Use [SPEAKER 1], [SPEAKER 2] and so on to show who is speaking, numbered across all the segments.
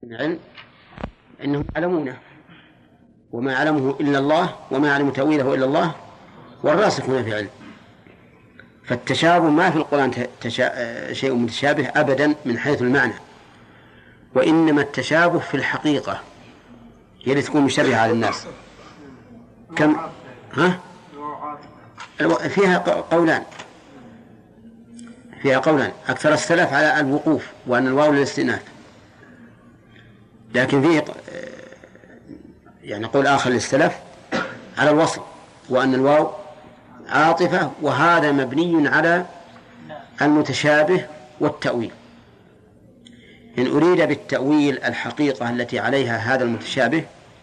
[SPEAKER 1] العلم إنهم يعلمونه وما يعلمه إلا الله وما يعلم تأويله إلا الله والراسخون في العلم. فالتشابه ما في القرآن شيء متشابه أبدا من حيث المعنى، وإنما التشابه في الحقيقة هي اللي تكون مشابهة على الناس. كم فيها قولان أكثر السلف على الوقوف وأن الواو للاستئناف، لكن فيه يعني قول آخر للسلف على الوصل وأن الواو عاطفة، وهذا مبني على المتشابه والتأويل. إن أريد بالتأويل الحقيقة التي عليها هذا المتشابه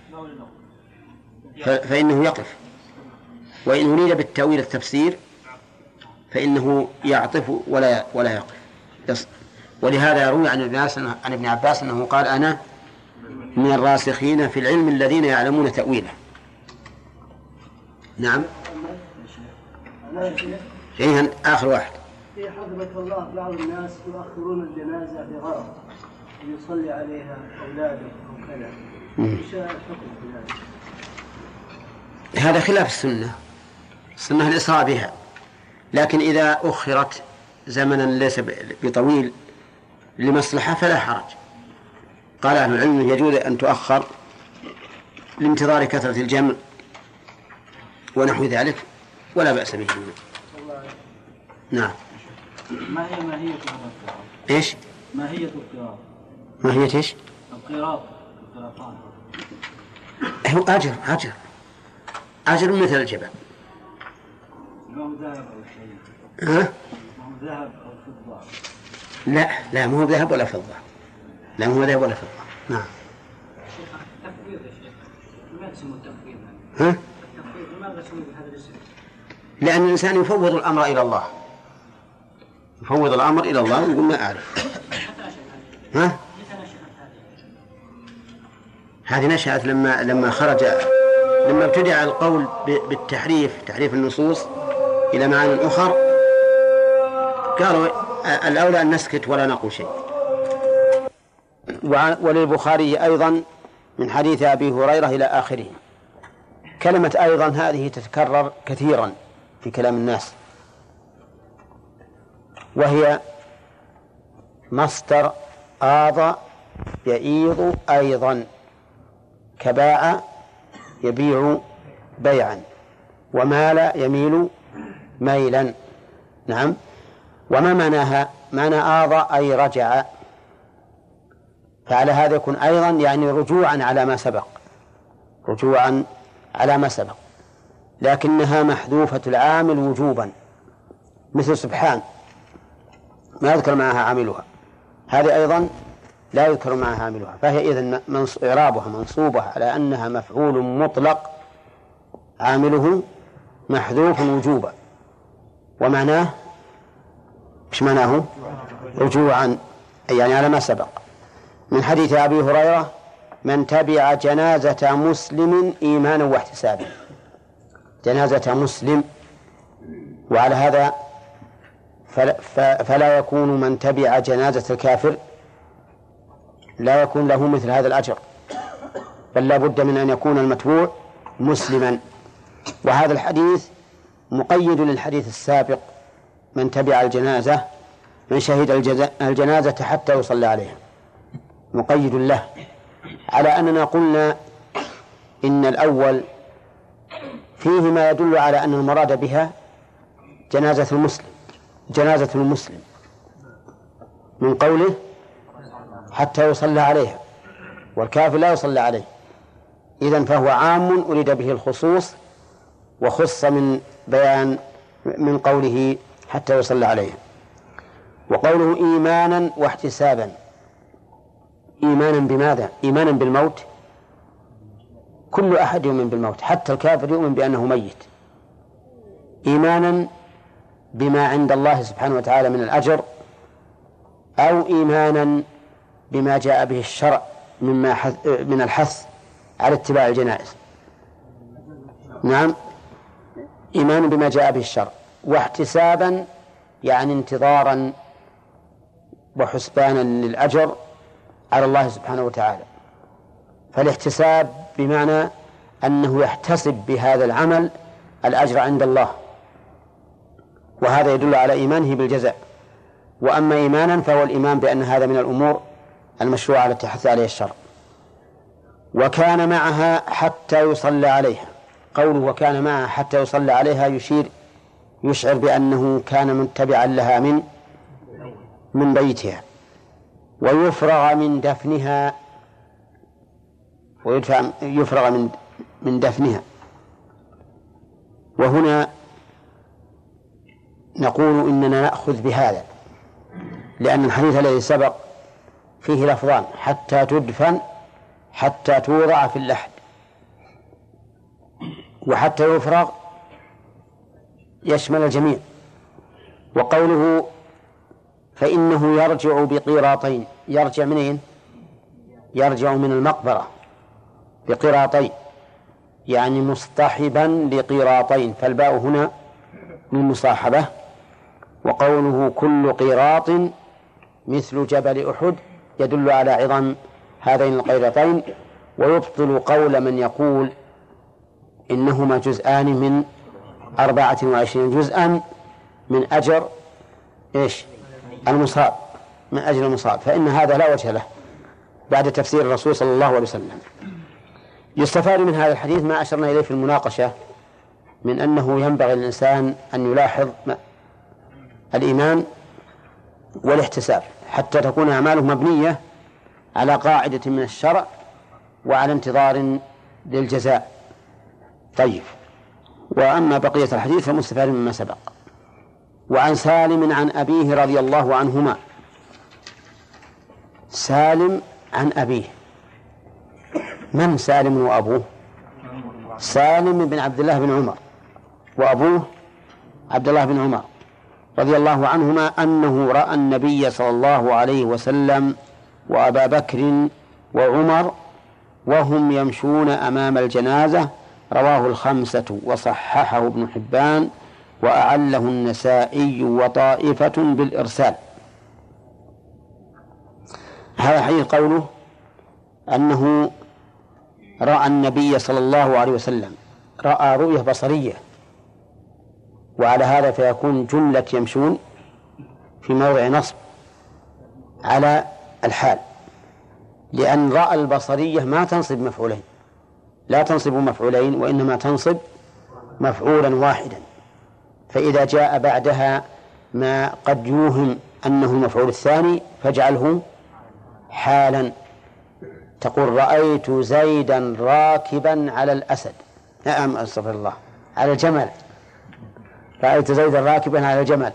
[SPEAKER 1] فإنه يقف، وإن أريد بالتأويل التفسير فإنه يعطف ولا يقف. ولهذا يروي عن ابن عباس أنه قال: أنا من الراسخين في العلم الذين يعلمون تأويله. نعم. إيه آخر واحد.
[SPEAKER 2] في حضرة الله بعض الناس يؤخرون الجنازة بغرض يصلي عليها أولاده أو كذا، إيش الحكم في ذلك؟
[SPEAKER 1] هذا خلاف السنة الإسراء بها، لكن إذا أخرت زمنا ليس بطويل لمصلحة فلا حرج. قال أهل العلم يجوز أن تؤخر لانتظار كثرة الجمع ونحو ذلك ولا بأس به. نعم.
[SPEAKER 2] ما هي ماهية القراءة؟
[SPEAKER 1] إيش؟
[SPEAKER 2] ماهية القراءة؟
[SPEAKER 1] ماهية إيش؟
[SPEAKER 2] القراءة.
[SPEAKER 1] هو أجر مثل الجبل.
[SPEAKER 2] ما هو ذهب أو شيء؟
[SPEAKER 1] ما
[SPEAKER 2] هو ذهب أو فضة؟
[SPEAKER 1] لا ما هو ذهب ولا فضة. نعم.
[SPEAKER 2] التفويض يا شيخ، ما اسمه التفويض؟ التفويض لماذا سمي بهذا الاسم؟
[SPEAKER 1] لأن الإنسان يفوض الأمر إلى الله. ويقول ما أعرف. هذه نشأت لما ابتدع القول تحريف النصوص إلى معاني أخر، قالوا الأولى أن نسكت ولا نقول شيء. وللبخاري أيضا من حديث أبي هريرة إلى آخره. كلمة أيضا هذه تتكرر كثيرا في كلام الناس، وهي مصدر آض يئيض أيضا، كباع يبيع بيعا، ومال يميل ميلا. نعم. وما معناها؟ معنى آض أي رجع، فعلى هذا يكون أيضا يعني رجوعا على ما سبق، لكنها محذوفة العامل وجوبا، مثل سبحان ما يذكر معها عاملها، هذه أيضا لا يذكر معها عاملها، فهي إذن إعرابها منصوبة على أنها مفعول مطلق عامله محذوف وجوبا. ومعناه إيش معناه؟ رجوعا، يعني على ما سبق. من حديث أبي هريرة: من تبع جنازة مسلم إيمانا واحتسابا. جنازة مسلم، وعلى هذا فلا يكون من تبع جنازة الكافر لا يكون له مثل هذا الأجر، بل لا بد من أن يكون المتبوع مسلما. وهذا الحديث مقيد للحديث السابق: من تبع الجنازة، من شهد الجنازة حتى يصلى عليها، مقيد له، على أننا قلنا إن الأول فيه ما يدل على أن المراد بها جنازة المسلم من قوله حتى يصلى عليها، والكافر لا يصلى عليه. إذن فهو عام أريد به الخصوص، وخص من قوله حتى يصلى عليها. وقوله إيمانا واحتسابا، إيمانا بماذا؟ إيمانا بالموت. كل أحد يؤمن بالموت، حتى الكافر يؤمن بأنه ميت. إيمانا بما عند الله سبحانه وتعالى من الأجر، أو إيمانا بما جاء به الشرع من الحث على اتباع الجنائز. نعم، إيمان بما جاء به الشرع. واحتسابا يعني انتظارا وحسبانا للأجر على الله سبحانه وتعالى. فالاحتساب بمعنى أنه يحتسب بهذا العمل الأجر عند الله، وهذا يدل على إيمانه بالجزاء. وأما إيمانا فهو الإيمان بأن هذا من الأمور المشروعة التي حث عليها الشرع. وكان معها حتى يصلى عليها، قوله وكان معها حتى يصلى عليها يشعر بأنه كان متبعا لها من بيتها، ويفرغ من دفنها، ويفرغ من دفنها. وهنا نقول إننا نأخذ بهذا، لأن الحديث الذي سبق فيه لفظان: حتى تدفن، حتى توضع في اللحد، وحتى يفرغ يشمل الجميع. وقوله فإنه يرجع بقيراطين، يرجع منين؟ يرجع من المقبرة بقيراطين، يعني مصطحبا لقيراطين، فالباء هنا للمصاحبة. وقوله كل قيراط مثل جبل أحد يدل على عظم هذين القيراطين، ويبطل قول من يقول إنهما جزءان من 24 جزءا من أجر المصاب، من أجر المصاب، فإن هذا لا وجه له بعد تفسير الرسول صلى الله عليه وسلم. يستفاد من هذا الحديث ما أشرنا إليه في المناقشة من أنه ينبغي للإنسان أن يلاحظ الإيمان والاحتساب حتى تكون أعماله مبنية على قاعدة من الشرع وعلى انتظار للجزاء. طيب، وأما بقية الحديث فمستفاد مما سبق. وعن سالم عن أبيه رضي الله عنهما. سالم عن أبيه، من سالم وأبوه؟ سالم بن عبد الله بن عمر، وأبوه عبد الله بن عمر رضي الله عنهما أنه رأى النبي صلى الله عليه وسلم وأبا بكر وعمر وهم يمشون أمام الجنازة، رواه الخمسة وصححه ابن حبان وأعله النسائي وطائفة بالإرسال. هذا حديث قوله أنه رأى النبي صلى الله عليه وسلم، رأى رؤية بصرية، وعلى هذا فيكون جملة يمشون في موضع نصب على الحال، لأن رأى البصرية ما تنصب مفعولين، لا تنصب مفعولين، وإنما تنصب مفعولا واحدا. فإذا جاء بعدها ما قد يوهم أنه المفعول الثاني فاجعله حالا، تقول رأيت زيدا راكبا على الأسد، نعم أستغفر الله، على الجمل، رأيت زيدا راكبا على الجمل،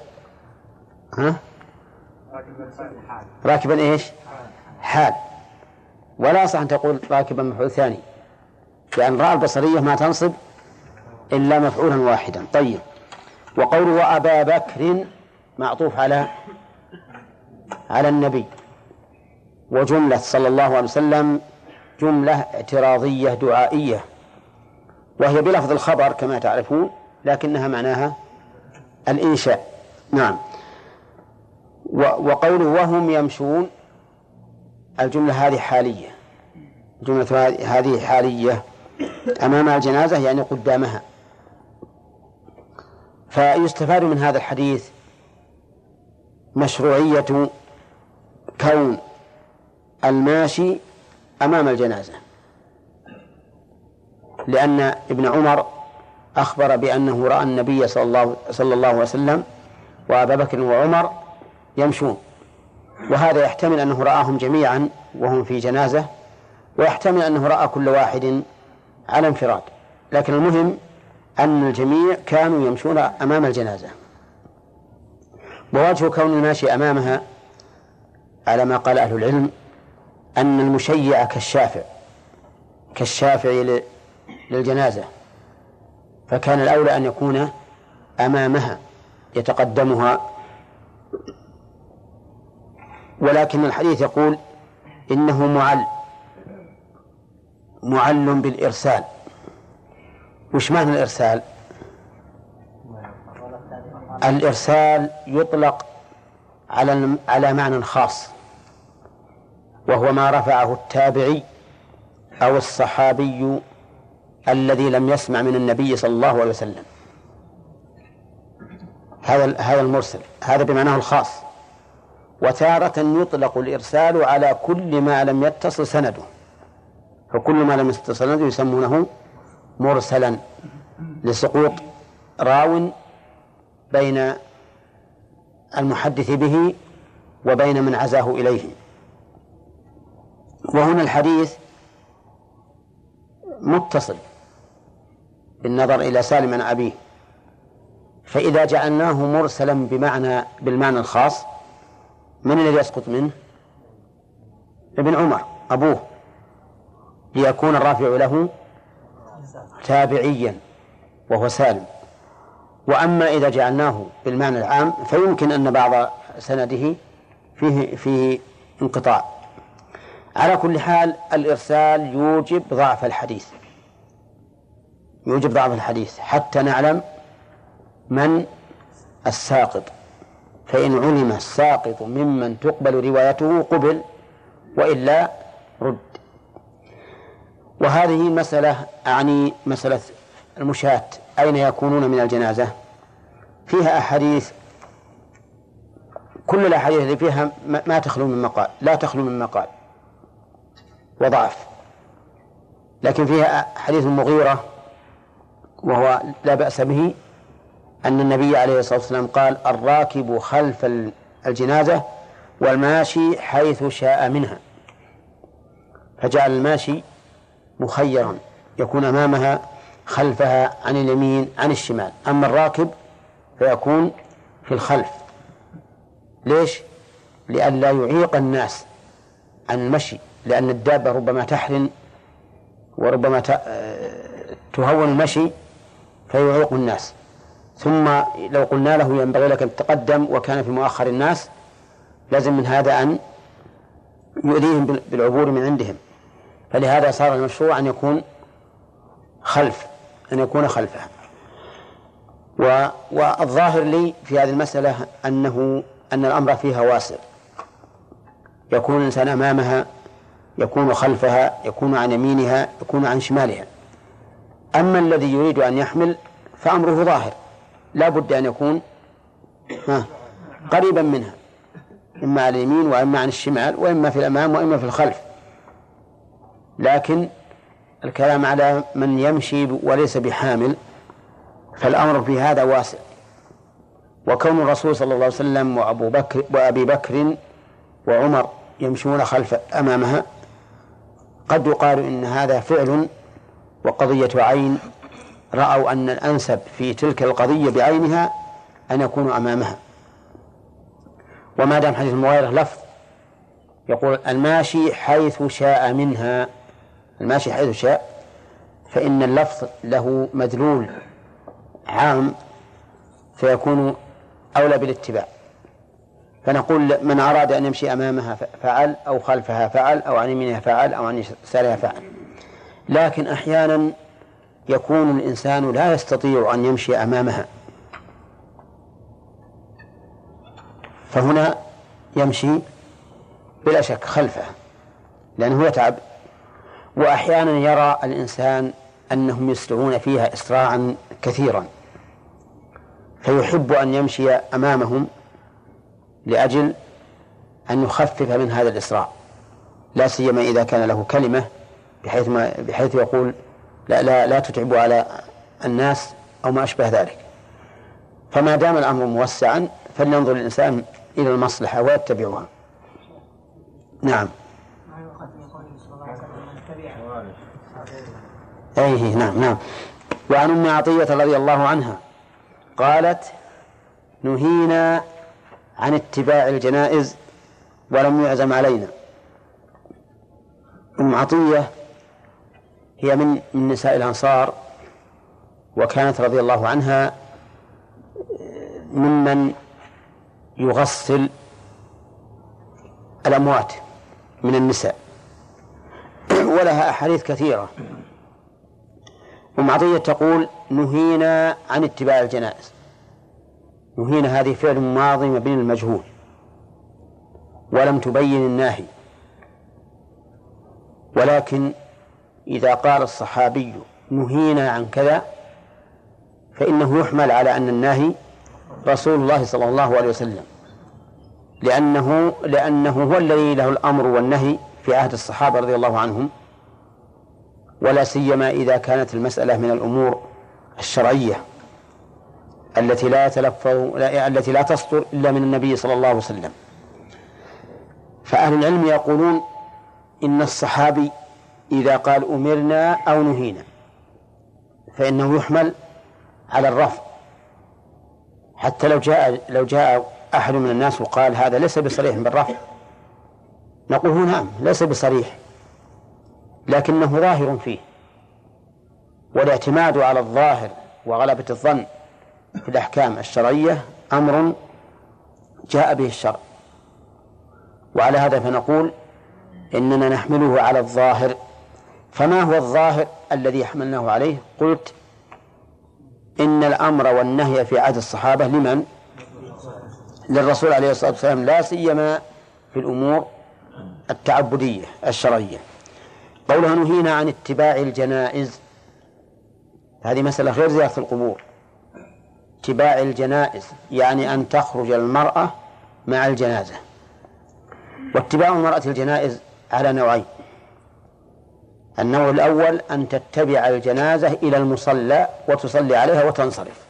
[SPEAKER 1] راكبا إيش؟ حال. ولا صح أن تقول راكبا مفعول ثاني، لأن رأى البصرية ما تنصب إلا مفعولا واحدا. طيب، وقوله وأبا بكر معطوف على النبي، وجملة صلى الله عليه وسلم جملة اعتراضية دعائية، وهي بلفظ الخبر كما تعرفون، لكنها معناها الإنشاء. نعم. وقوله وهم يمشون، الجملة هذه حالية، الجملة هذه حالية أمام الجنازة يعني قدامها. فيستفاد من هذا الحديث مشروعية كون الماشي أمام الجنازة، لأن ابن عمر أخبر بأنه رأى النبي صلى الله عليه وسلم وأبا بكر وعمر يمشون، وهذا يحتمل أنه رآهم جميعا وهم في جنازة، ويحتمل أنه رأى كل واحد على انفراد، لكن المهم أن الجميع كانوا يمشون أمام الجنازة. ووجه كون الماشي أمامها على ما قال أهل العلم أن المشيع كالشافع للجنازة، فكان الأولى أن يكون أمامها يتقدمها. ولكن الحديث يقول إنه معل بالإرسال. وش معنى الإرسال؟ الإرسال يطلق على معنى خاص، وهو ما رفعه التابعي أو الصحابي الذي لم يسمع من النبي صلى الله عليه وسلم. هذا المرسل، هذا بمعناه الخاص. وتارة يطلق الإرسال على كل ما لم يتصل سنده، فكل ما لم يتصل سنده يسمونه مرسلا لسقوط راو بين المحدث به وبين من عزاه إليه. وهنا الحديث متصل بالنظر إلى سالم عن أبيه، فإذا جعلناه مرسلا بالمعنى الخاص، من الذي يسقط منه؟ ابن عمر أبوه، ليكون الرافع له تابعيا وهو سالم. وأما إذا جعلناه بالمعنى العام فيمكن أن بعض سنده فيه انقطاع. على كل حال الإرسال يوجب ضعف الحديث حتى نعلم من الساقط، فإن علم الساقط ممن تقبل روايته قبل، وإلا رد. وهذه مسألة أعني مسألة المشاة أين يكونون من الجنازة، فيها أحاديث، كل الأحاديث اللي فيها ما تخلو من مقال، لا تخلو من مقال وضعف. لكن فيها حديث المغيرة وهو لا بأس به، أن النبي عليه الصلاة والسلام قال: الراكب خلف الجنازة والماشي حيث شاء منها، فجعل الماشي مخيرا يكون أمامها، خلفها، عن اليمين، عن الشمال. أما الراكب فيكون في الخلف. ليش؟ لئلا يعيق الناس عن المشي، لأن الدابة ربما تحرن وربما تهون المشي فيعيق الناس. ثم لو قلنا له ينبغي لك أن تتقدم وكان في مؤخر الناس، لازم من هذا أن يؤذيهم بالعبور من عندهم، فلهذا صار المشروع أن يكون خلفها. والظاهر لي في هذه المسألة أن الأمر فيها واسع، يكون الإنسان أمامها، يكون خلفها، يكون عن يمينها، يكون عن شمالها. أما الذي يريد أن يحمل فأمره ظاهر، لا بد أن يكون قريبا منها، إما على اليمين وإما عن الشمال، وإما في الأمام وإما في الخلف. لكن الكلام على من يمشي وليس بحامل، فالأمر في هذا واسع. وكون الرسول صلى الله عليه وسلم وأبي بكر وعمر يمشون أمامها، قد يقال إن هذا فعل وقضية عين، رأوا أن الأنسب في تلك القضية بعينها أن يكونوا أمامها. وما دام حديث المغيرة لفظ يقول الماشي حيث شاء منها، الماشي حيث شاء، فإن اللفظ له مدلول عام فيكون أولى بالاتباع. فنقول من أراد أن يمشي أمامها فعل، أو خلفها فعل، أو عن يمينها فعل، أو عن يسارها فعل. لكن أحيانا يكون الإنسان لا يستطيع أن يمشي أمامها، فهنا يمشي بلا شك خلفها لأنه يتعب. وأحيانا يرى الإنسان أنهم يسرعون فيها إسراعا كثيرا، فيحب أن يمشي أمامهم لأجل أن يخفف من هذا الإسراع، لا سيما إذا كان له كلمة بحيث يقول لا تتعبوا على الناس أو ما أشبه ذلك. فما دام الأمر موسعا فلينظر الإنسان إلى المصلحة ويتبعها. نعم. أيه نعم. وعن أم عطية رضي الله عنها قالت: نهينا عن اتباع الجنائز ولم يعزم علينا. أم عطية هي من نساء الأنصار، وكانت رضي الله عنها ممن يغسل الأموات من النساء، ولها أحاديث كثيرة. أم عطية تقول: نهينا عن اتباع الجنائز. نهينا هذه فعل ماضي مبني للمجهول ولم تبين الناهي، ولكن إذا قال الصحابي نهينا عن كذا فإنه يحمل على أن الناهي رسول الله صلى الله عليه وسلم، لأنه هو الذي له الأمر والنهي في عهد الصحابة رضي الله عنهم، ولا سيما إذا كانت المسألة من الأمور الشرعية التي لا تصدر إلا من النبي صلى الله عليه وسلم. فأهل العلم يقولون إن الصحابي إذا قال أمرنا أو نهينا فإنه يحمل على الرفع، حتى لو جاء أحد من الناس وقال هذا ليس بصريح بالرفع نقول نعم ليس بصريح لكنه ظاهر فيه، والاعتماد على الظاهر وغلبة الظن في الأحكام الشرعية أمر جاء به الشرع، وعلى هذا فنقول إننا نحمله على الظاهر. فما هو الظاهر الذي حملناه عليه؟ قلت إن الأمر والنهي في عهد الصحابة لمن؟ للرسول عليه الصلاة والسلام، لا سيما في الأمور التعبدية الشرعية. قولها نهينا عن اتباع الجنائز، هذه مسألة غير زيارة القبور. اتباع الجنائز يعني أن تخرج المرأة مع الجنازة، واتباع المرأة الجنائز على نوعين: النوع الأول أن تتبع الجنازة إلى المصلى وتصلي عليها وتنصرف،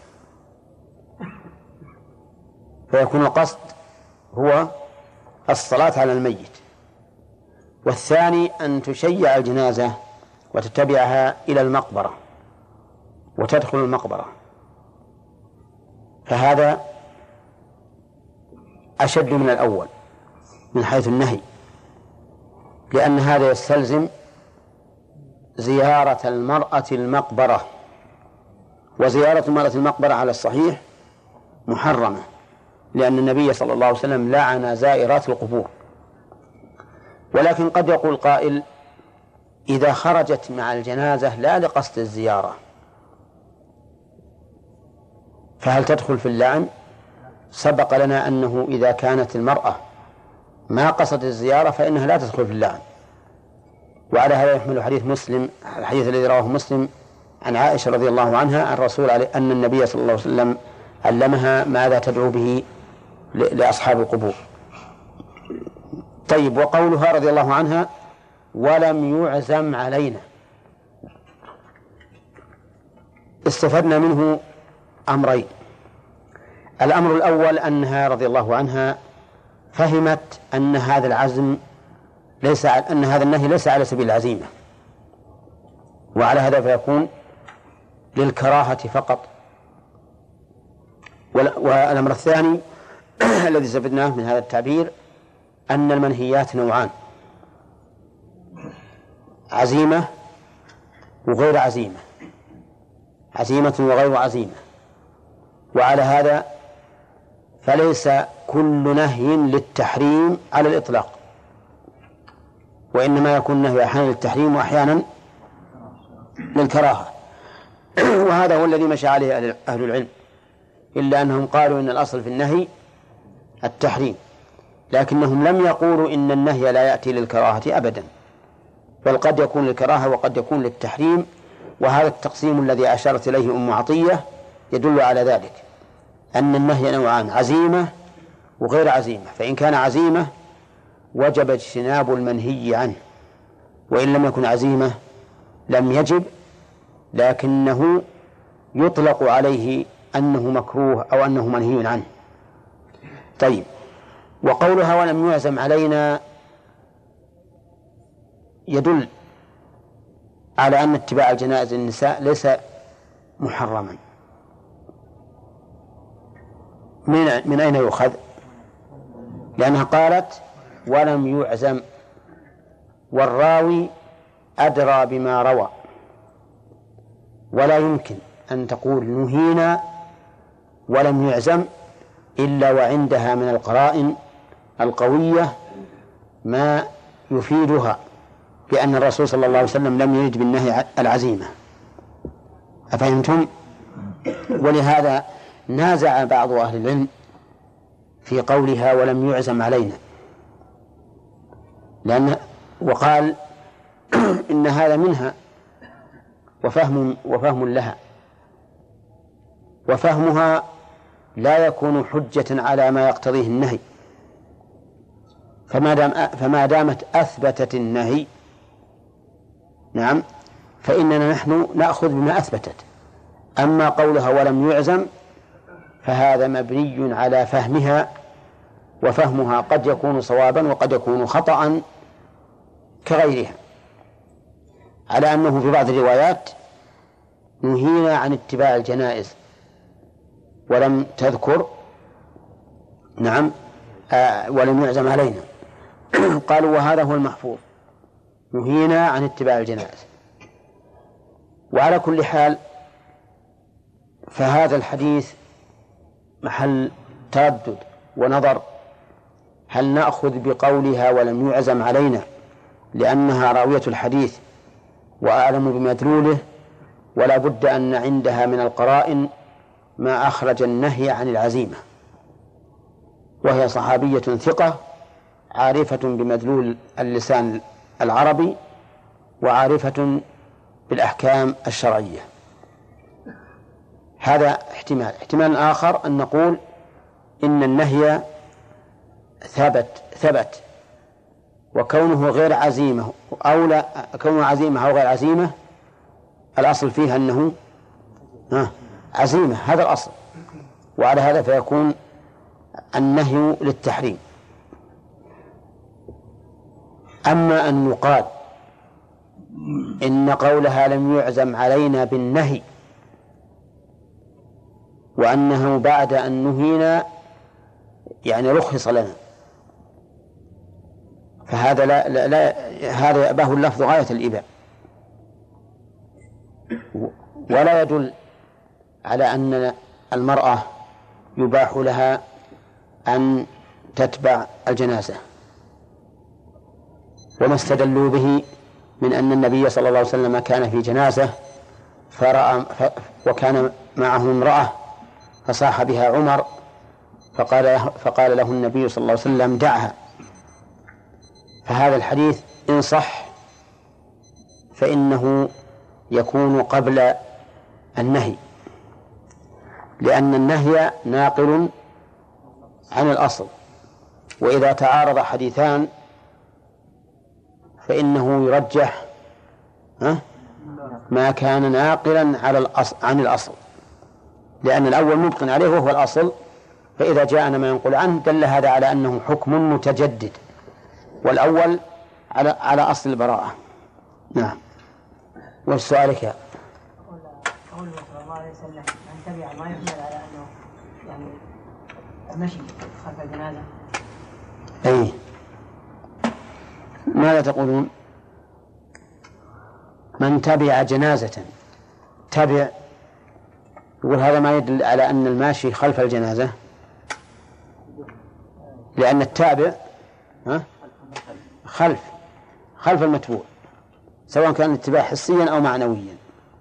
[SPEAKER 1] فيكون القصد هو الصلاة على الميت. والثاني أن تشيع الجنازة وتتبعها إلى المقبرة وتدخل المقبرة، فهذا أشد من الأول من حيث النهي، لأن هذا يستلزم زيارة المرأة المقبرة، وزيارة المرأة المقبرة على الصحيح محرمة، لأن النبي صلى الله عليه وسلم لعن زائرات القبور. ولكن قد يقول قائل إذا خرجت مع الجنازة لا لقصد الزيارة فهل تدخل في اللعن؟ سبق لنا أنه إذا كانت المرأة ما قصد الزيارة فإنها لا تدخل في اللعن. وعلى هذا يحمل حديث مسلم، الحديث الذي رواه مسلم عن عائشة رضي الله عنها عن الرسول أن النبي صلى الله عليه وسلم علمها ماذا تدعو به لأصحاب القبور. طيب، وقولها رضي الله عنها ولم يعزم علينا، استفدنا منه أمرين. الأمر الأول أنها رضي الله عنها فهمت أن هذا العزم أن هذا النهي ليس على سبيل العزيمة، وعلى هذا فيكون للكراهة فقط. والأمر الثاني الذي استفدناه من هذا التعبير أن المنهيات نوعان: عزيمة وغير عزيمة، عزيمة وغير عزيمة. وعلى هذا فليس كل نهي للتحريم على الإطلاق، وإنما يكون النهي أحيانا للتحريم وأحيانا للكراهة. وهذا هو الذي مشى عليه أهل العلم، إلا أنهم قالوا إن الأصل في النهي التحريم، لكنهم لم يقولوا إن النهي لا يأتي للكراهة أبدا، بل قد يكون للكراهة وقد يكون للتحريم. وهذا التقسيم الذي أشارت إليه أم عطية يدل على ذلك، أن النهي نوعان: عزيمة وغير عزيمة. فإن كان عزيمة وجب اجتناب المنهي عنه، وإن لم يكن عزيمة لم يجب، لكنه يطلق عليه أنه مكروه أو أنه منهي عنه. طيب، وقولها ولم يعزم علينا يدل على أن اتباع الجنائز النساء ليس محرما. من أين يؤخذ؟ لأنها قالت ولم يعزم، والراوي أدرى بما روى، ولا يمكن أن تقول نهينا ولم يعزم إلا وعندها من القرائن القوية ما يفيدها بأن الرسول صلى الله عليه وسلم لم يرد بالنهي العزيمة. أفهمتم؟ ولهذا نازع بعض أهل العلم في قولها ولم يعزم علينا، وقال إن هذا منها وفهم لها، وفهمها لا يكون حجة على ما يقتضيه النهي، فما دامت أثبتت النهي نعم فإننا نحن نأخذ بما أثبتت. أما قولها ولم يعزم فهذا مبني على فهمها، وفهمها قد يكون صوابا وقد يكون خطأ كغيرها، على أنه في بعض الروايات نهينا عن اتباع الجنائز ولم تذكر نعم ولم يعزم علينا. قالوا وهذا هو المحفوظ، نهينا عن اتباع الجنائز. وعلى كل حال فهذا الحديث محل تردد ونظر، هل نأخذ بقولها ولم يعزم علينا لأنها راوية الحديث وأعلم بمدلوله، ولا بد أن عندها من القرائن ما أخرج النهي عن العزيمة، وهي صحابية ثقة عارفة بمدلول اللسان العربي وعارفة بالأحكام الشرعية. هذا احتمال آخر أن نقول إن النهي ثبت وكونه غير عزيمة أو لا، كونه عزيمة أو غير عزيمة الأصل فيها أنه عزيمة، هذا الأصل، وعلى هذا فيكون النهي للتحريم. أما أن يقال إن قولها لم يعزم علينا بالنهي وأنه بعد أن نهينا يعني رخص لنا، فهذا لا هذا يأباه اللفظ غاية الإباء، ولا يدل على أن المرأة يباح لها أن تتبع الجنازة. وما استدلوا به من أن النبي صلى الله عليه وسلم كان في جنازة وكان معه امرأة فصاح بها عمر فقال له النبي صلى الله عليه وسلم دعها. فهذا الحديث إن صح فإنه يكون قبل النهي، لأن النهي ناقل عن الأصل، وإذا تعارض حديثان فإنه يرجح ما كان ناقلا عن الأصل، لأن الأول مبق عليه وهو الأصل، فإذا جاءنا ما ينقل عنه دل هذا على أنه حكم متجدد، والأول على أصل البراءة. نعم. والسؤالك يا
[SPEAKER 3] قوله صلى الله عليه وسلم من تبع ما يحمل على أنه يعني المشي خلف الجنازة.
[SPEAKER 1] أي ماذا تقولون؟ من تبع جنازة تبع، يقول هذا ما يدل على أن الماشي خلف الجنازة، لأن التابع خلف المتبوع، سواء كان الاتباع حسيا أو معنويا.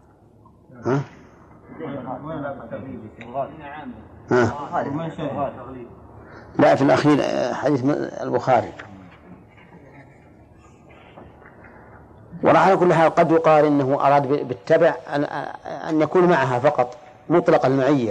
[SPEAKER 1] لا، في الأخير حديث البخاري. وعلى كل حال قد يقال إنه أراد بالتبع أن يكون معها فقط مطلق المعية،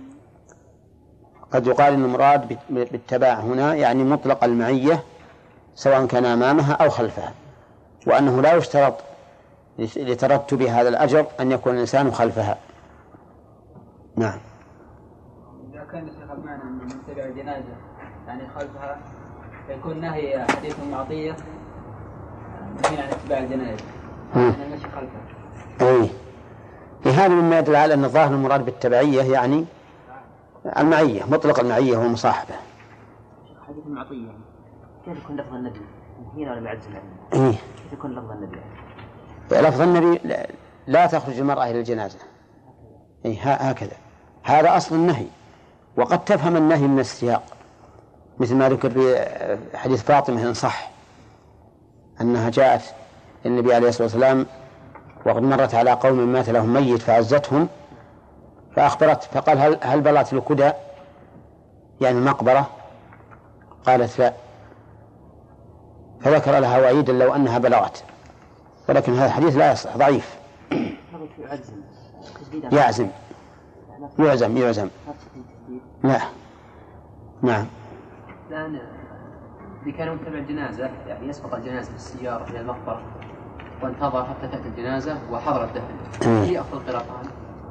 [SPEAKER 1] قد يقال إن المراد بالتبع هنا يعني مطلق المعية سواء كان أمامها أو خلفها، وأنه لا يشترط لترتب هذا الأجر أن يكون الإنسان خلفها. نعم.
[SPEAKER 4] إذا كان الشيخ المعنى أن من تبع الجنازة يعني خلفها فيكون نهي حديث معطية نهي عن اتباع الجنازة يعني المشي خلفها.
[SPEAKER 1] هذا مما يدل على أن الظاهر المراد بالتبعية يعني المعية، مطلق المعية والمصاحبة.
[SPEAKER 3] حديث المعطية كيف يكون لفظ النبي هنا ولا بعد
[SPEAKER 1] زمان؟
[SPEAKER 3] كيف يكون لفظ النبي؟
[SPEAKER 1] لفظ النبي لا تخرج المرأة إلى الجنازة، هكذا، هذا أصل النهي. وقد تفهم النهي من السياق، مثل ما ذكر في حديث فاطمة إن صح أنها جاءت النبي عليه الصلاة والسلام وقد مرت على قوم مات لهم ميت فعزتهم فأخبرت فقال هل بلغت الكدى يعني المقبرة؟ قالت لا، فذكر لها وعيدا لو أنها بلغت، ولكن هذا الحديث لا يصح، ضعيف. يعزم يعزم لا. نعم.
[SPEAKER 5] الآن إذا كان متبع الجنازة يعني يسبق الجنازة بالسيارة إلى المقبرة وانتظر حتى تأتي الجنازة وحضر الدفن، هي أفضل قراءتان؟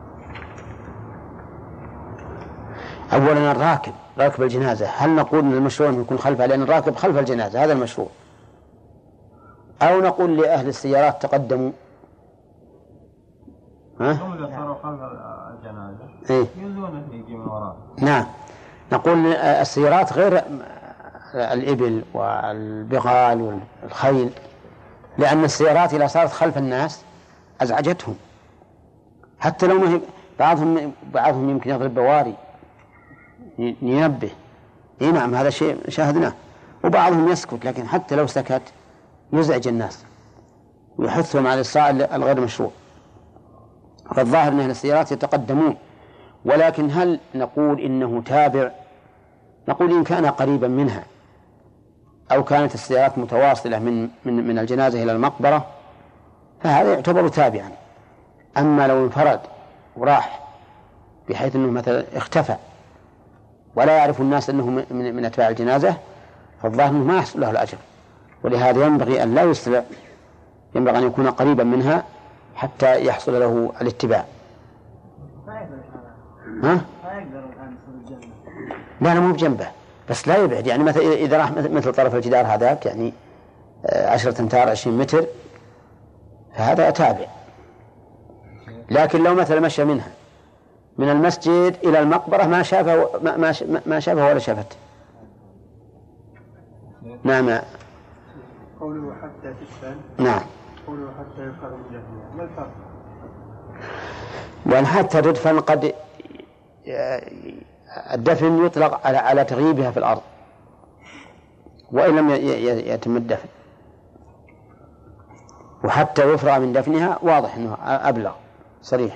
[SPEAKER 1] أولا الراكب راكب الجنازة، هل نقول أن المشروع يكون خلفها لأن الراكب خلف الجنازة هذا المشروع، أو نقول لأهل السيارات تقدموا؟
[SPEAKER 6] هم اللي صاروا خلف الجنازة يجوزون يجي من وراء.
[SPEAKER 1] نعم، نقول السيارات غير الإبل والبغال والخيل، لأن السيارات إذا صارت خلف الناس أزعجتهم، حتى لو ما بعضهم يمكن يضرب بواري ينبه. نعم هذا شيء شاهدناه. وبعضهم يسكت، لكن حتى لو سكت يزعج الناس ويحثهم على الإسراع الغير مشروع. فالظاهر أن السيارات يتقدمون، ولكن هل نقول إنه تابع؟ نقول إن كان قريبا منها أو كانت السيارات متواصلة من الجنازة إلى المقبرة فهذا يعتبر تابعا. أما لو انفرد وراح بحيث أنه مثلا اختفى ولا يعرف الناس أنه من أتباع الجنازة فالظاهر أنه ما يحصل له الأجر، ولهذا ينبغي أن لا يسرع، ينبغي أن يكون قريبا منها حتى يحصل له الاتباع. ها؟ لا مو بجنبه بس لا يبعد، يعني مثلا إذا راح مثل طرف الجدار هذاك يعني 10 أمتار 20 متر فهذا تابع. لكن لو مثلا مشى منها من المسجد إلى المقبرة ما شافه ولا شافته. نعم.
[SPEAKER 6] قوله حتى تدفن.
[SPEAKER 1] نعم.
[SPEAKER 6] قوله حتى يفرغ الجهنم، ما الفرق؟
[SPEAKER 1] وأن حتى تدفن قد الدفن يطلق على تغييبها في الأرض وإن لم يتم الدفن، وحتى يفرغ من دفنها واضح أنه أبلغ صريح.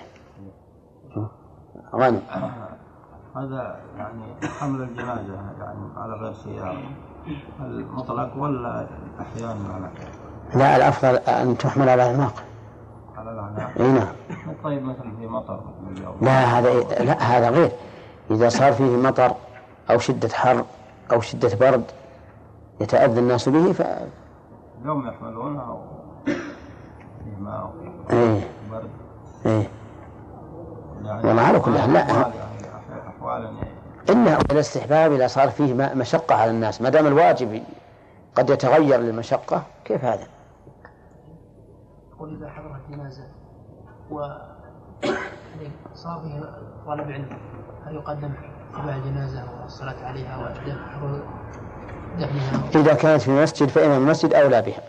[SPEAKER 1] غانم.
[SPEAKER 6] هذا يعني حمل الجنازة يعني على غير سيارة المطلق ولا أحيانا؟
[SPEAKER 1] لا الأفضل أن تحمل على الأعناق.
[SPEAKER 6] على الأعناق.
[SPEAKER 1] إيه نعم.
[SPEAKER 6] طيب مثل في مطر.
[SPEAKER 1] لا هذا غير. إذا صار فيه مطر أو شدة حر أو شدة برد يتأذى الناس به
[SPEAKER 6] يوم يحملونها في ماء برد.
[SPEAKER 1] إيه.
[SPEAKER 6] يعني
[SPEAKER 1] والله على كل حال لا.
[SPEAKER 6] أحوالا
[SPEAKER 1] إلا الاستحباب إذا صار فيه مشقة على الناس، ما دام الواجب قد يتغير للمشقة كيف هذا؟
[SPEAKER 3] قل إذا حضرت جنازة وصار فيه طالب علم هل يقدم اتباع الجنازة والصلاة عليها ودفنها؟
[SPEAKER 1] إذا كانت في المسجد فإمام المسجد أولى بها.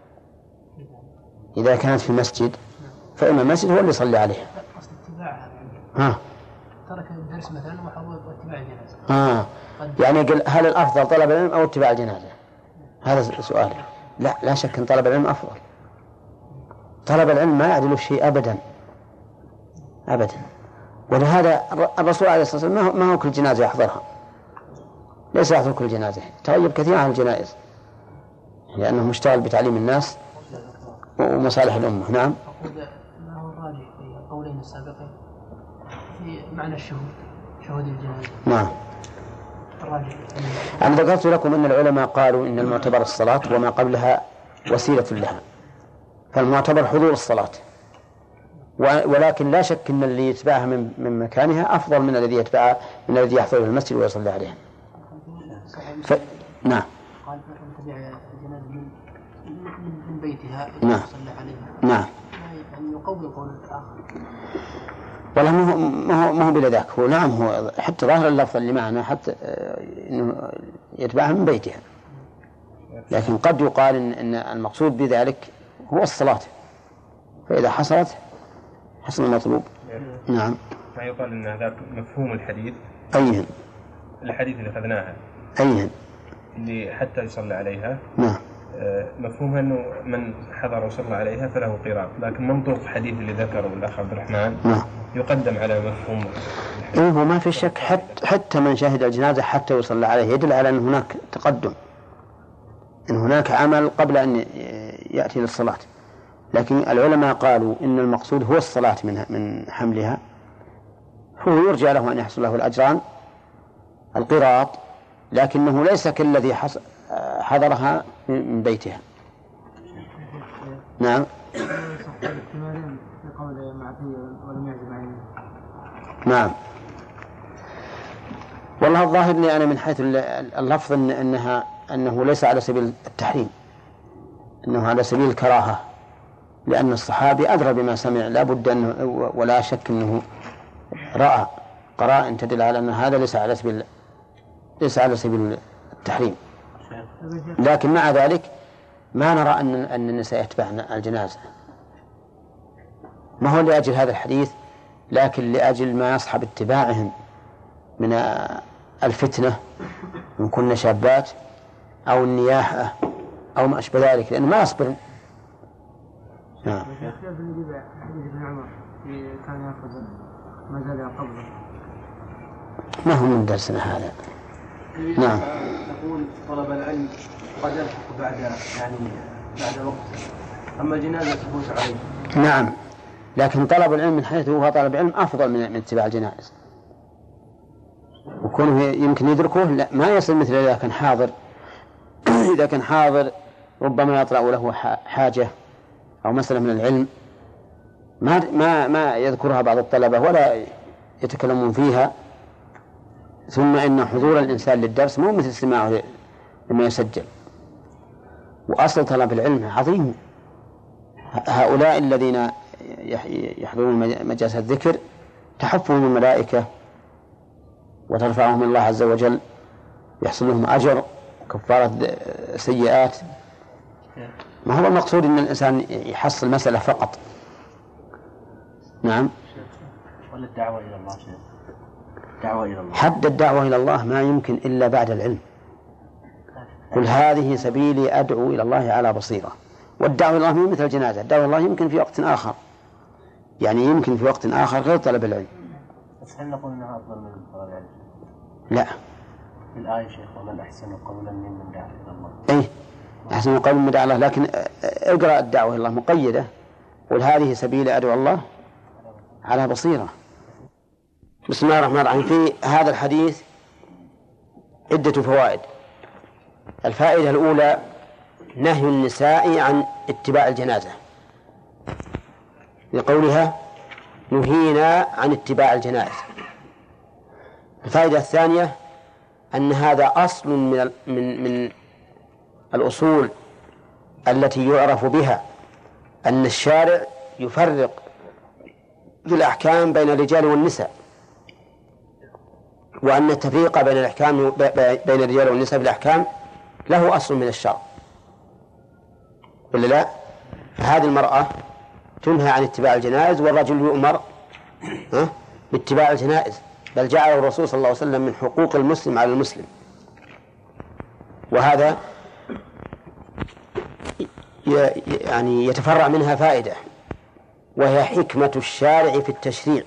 [SPEAKER 1] إذا كانت في المسجد فإمام المسجد هو اللي يصلي عليها.
[SPEAKER 3] أصل اتباعها ترك الدرس مثلا وحضر اتباع الجنازة.
[SPEAKER 1] يعني هل الأفضل طلب العلم أو اتباع الجنازة؟ هذا سؤال. لا شك أن طلب العلم أفضل. طلب العلم ما يعدل شيء أبدا. ولهذا الرسول عليه الصلاة والسلام ما هو كل جنازة يحضرها، ليس يحضر كل جنازة، تغيب كثير عن الجنائز لأنه مشتغل بتعليم الناس ومصالح الأمة. نعم.
[SPEAKER 3] أقول ما هو الراجح في القولين السابقين في معنى الشهود، شهود الجنازة.
[SPEAKER 1] نعم.
[SPEAKER 3] الراجح.
[SPEAKER 1] أنا ذكرت لكم أن العلماء قالوا إن المعتبر الصلاة وما قبلها وسيلة لها، فالمعتبر حضور الصلاة، ولكن لا شك أن اللي يتبعها من مكانها أفضل من الذي يحضر في المسجد ويصلي عليها. نعم.
[SPEAKER 3] قال تبع الجنازة من بيتها
[SPEAKER 1] نعم.
[SPEAKER 3] يصلي عليها.
[SPEAKER 1] نعم.
[SPEAKER 3] يعني يقوي قول الآخر.
[SPEAKER 1] والله ما هو بلا ذاك. هو نعم هو حتى ظاهر اللفظ اللي معنا حتى إنه يتبعها من بيتها، لكن قد يقال إن المقصود بذلك هو الصلاة، فإذا حصلت حصل المطلوب. نعم.
[SPEAKER 7] فيقال إن هذا مفهوم الحديث.
[SPEAKER 1] أيهن؟
[SPEAKER 7] الحديث اللي أخذناها.
[SPEAKER 1] أيهن؟
[SPEAKER 7] اللي حتى يصلى عليها.
[SPEAKER 1] نعم.
[SPEAKER 7] مفهومها أنه من حضر وصلى عليها فله قراء، لكن منطوق حديث اللي ذكره الأخ عبد الرحمن
[SPEAKER 1] نعم.
[SPEAKER 7] يقدم على مفهوم.
[SPEAKER 1] إيه هو ما في شك حتى من شاهد الجنازة حتى يصلى عليه يدل على أن هناك تقدم، أن هناك عمل قبل أن يأتي للصلاة. لكن العلماء قالوا إن المقصود هو الصلاة من حملها، هو يرجى له أن يحصل له الأجران القراط، لكنه ليس كالذي حضرها من بيتها. نعم. نعم. والله الظاهر لي أنا من حيث اللفظ أنه ليس على سبيل التحريم، أنه على سبيل الكراهة، لأن الصحابي أدرى بما سمع، لا بد أنه ولا شك أنه رأى قرائن تدل على أن هذا ليس على سبيل التحريم. لكن مع ذلك ما نرى أن النساء يتبعن الجنازة، ما هو لأجل هذا الحديث، لكن لأجل ما يصحب اتباعهم من الفتنة من كن شابات أو النياحة أو ما أشبه ذلك، لأنه ما يصبر. نعم. ما هو من درسنا هذا. نعم.
[SPEAKER 2] نقول طلب العلم قد يلحق بعد وقت، أما الجنازة تفوت عليه.
[SPEAKER 1] نعم، لكن طلب العلم من حيث هو طلب علم أفضل من اتباع الجنائز، وكونه يمكن يدركه لا ما يصل مثل إذا كان حاضر. إذا كان حاضر ربما يطرأ له حاجة أو مسألة من العلم ما يذكرها بعض الطلبة ولا يتكلمون فيها، ثم إن حضور الإنسان للدرس مو مثل استماعه لما يسجل. وأصل طلب العلم عظيم. هؤلاء الذين يحضرون مجالس الذكر تحفهم الملائكة وترفعهم الله عز وجل، يحصل لهم أجر كفارة سيئات. ما هو المقصود أن الإنسان يحصل مسألة فقط. نعم.
[SPEAKER 8] ولا الدعوة إلى الله شيء؟ الدعوة إلى الله،
[SPEAKER 1] حد الدعوة إلى الله ما يمكن إلا بعد العلم. قل هذه سبيلي أدعو إلى الله على بصيرة. والدعوة إلى الله مو مثل الجنازة، الدعوة إلى الله يمكن في وقت آخر، يعني يمكن في وقت آخر غير طلب العلم.
[SPEAKER 8] بس هل نقول أنها أفضل من طلب العلم؟
[SPEAKER 1] لا.
[SPEAKER 8] في الآية شيخ ومن أحسن قولا ممن دعا إلى الله.
[SPEAKER 1] إيه أحسن قولا ممن دعا إلى الله، لكن اقرأ الدعوة إلى الله مقيدة، قل هذه سبيلي أدعو الله على بصيرة. بسم الله الرحمن الرحيم. في هذا الحديث عدة فوائد. الفائدة الأولى نهي النساء عن اتباع الجنازة، لقولها نهينا عن اتباع الجنائز. الفائدة الثانية أن هذا أصل من الأصول التي يعرف بها أن الشارع يفرق في الأحكام بين الرجال والنساء، وأن التفريق بين الرجال والنساء في الأحكام له أصل من الشرع، ولا لا؟ فهذه المرأة تنهى عن اتباع الجنائز، والرجل يؤمر باتباع الجنائز، بل جعله الرسول صلى الله عليه وسلم من حقوق المسلم على المسلم. وهذا يعني يتفرع منها فائدة، وهي حكمة الشارع في التشريع،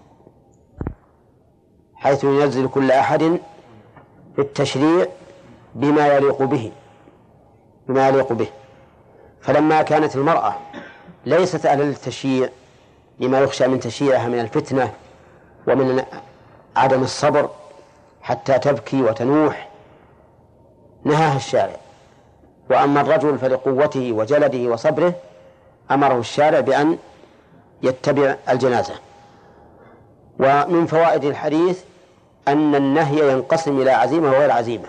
[SPEAKER 1] حيث ينزل كل أحد في التشريع بما يليق به. فلما كانت المرأة ليست أهلا للتشييع لما يخشى من تشييعها من الفتنة ومن عدم الصبر حتى تبكي وتنوح، نهاها الشارع. وأما الرجل فلقوته وجلده وصبره أمره الشارع بأن يتبع الجنازة. ومن فوائد الحديث أن النهي ينقسم إلى عزيمة وغير عزيمة،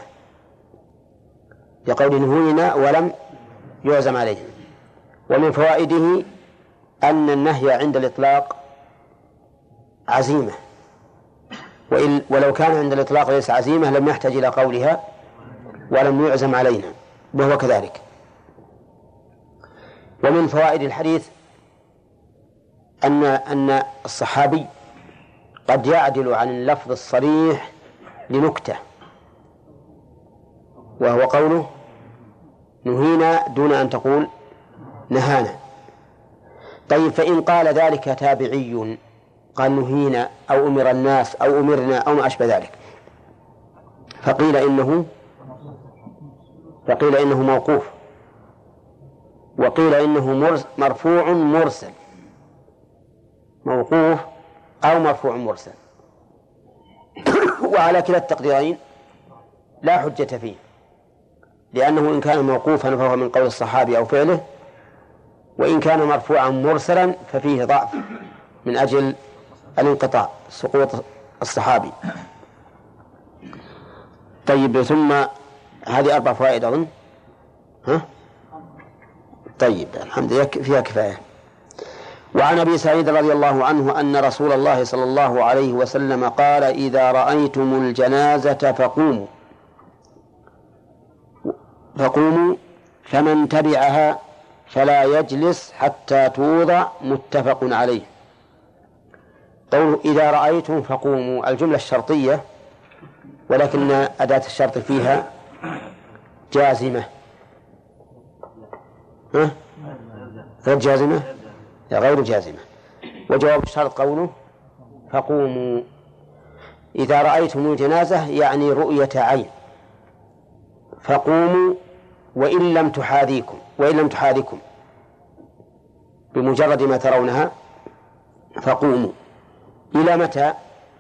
[SPEAKER 1] لقول نهينا ولم يعزم عليه. ومن فوائده أن النهي عند الإطلاق عزيمة، ولو كان عند الإطلاق ليس عزيمة لم يحتاج إلى قولها ولم يعزم علينا، وهو كذلك. ومن فوائد الحديث أن الصحابي قد يعدل عن اللفظ الصريح لنكتة، وهو قوله نهينا دون أن تقول نهانا. طيب، فإن قال ذلك تابعي قال نهينا أو أمر الناس أو أمرنا أو ما أشبه ذلك، فقيل إنه موقوف، وقيل إنه مرفوع مرسل، موقوف أو مرفوع مرسل. وعلى كلا التقديرين لا حجة فيه، لأنه إن كان موقوفا فهو من قول الصحابي أو فعله، وإن كان مرفوعا مرسلا ففيه ضعف من أجل الانقطاع، سقوط الصحابي. طيب، ثم هذه 4 فوائد أظن. طيب، الحمد لله فيها كفاية. وعن أبي سعيد رضي الله عنه أن رسول الله صلى الله عليه وسلم قال: إذا رأيتم الجنازة فقوموا فمن تبعها فلا يجلس حتى توضع. متفق عليه. قوله إذا رأيتم فقوموا، الجملة الشرطية، ولكن أداة الشرط فيها جازمة. غير جازمة؟ لا، غير جازمة. وجواب الشرط قوله فقوموا. إذا رأيتم الجنازة يعني رؤية عين، فقوموا وإن لم تحاذيكم بمجرد ما ترونها فقوموا. إلى متى؟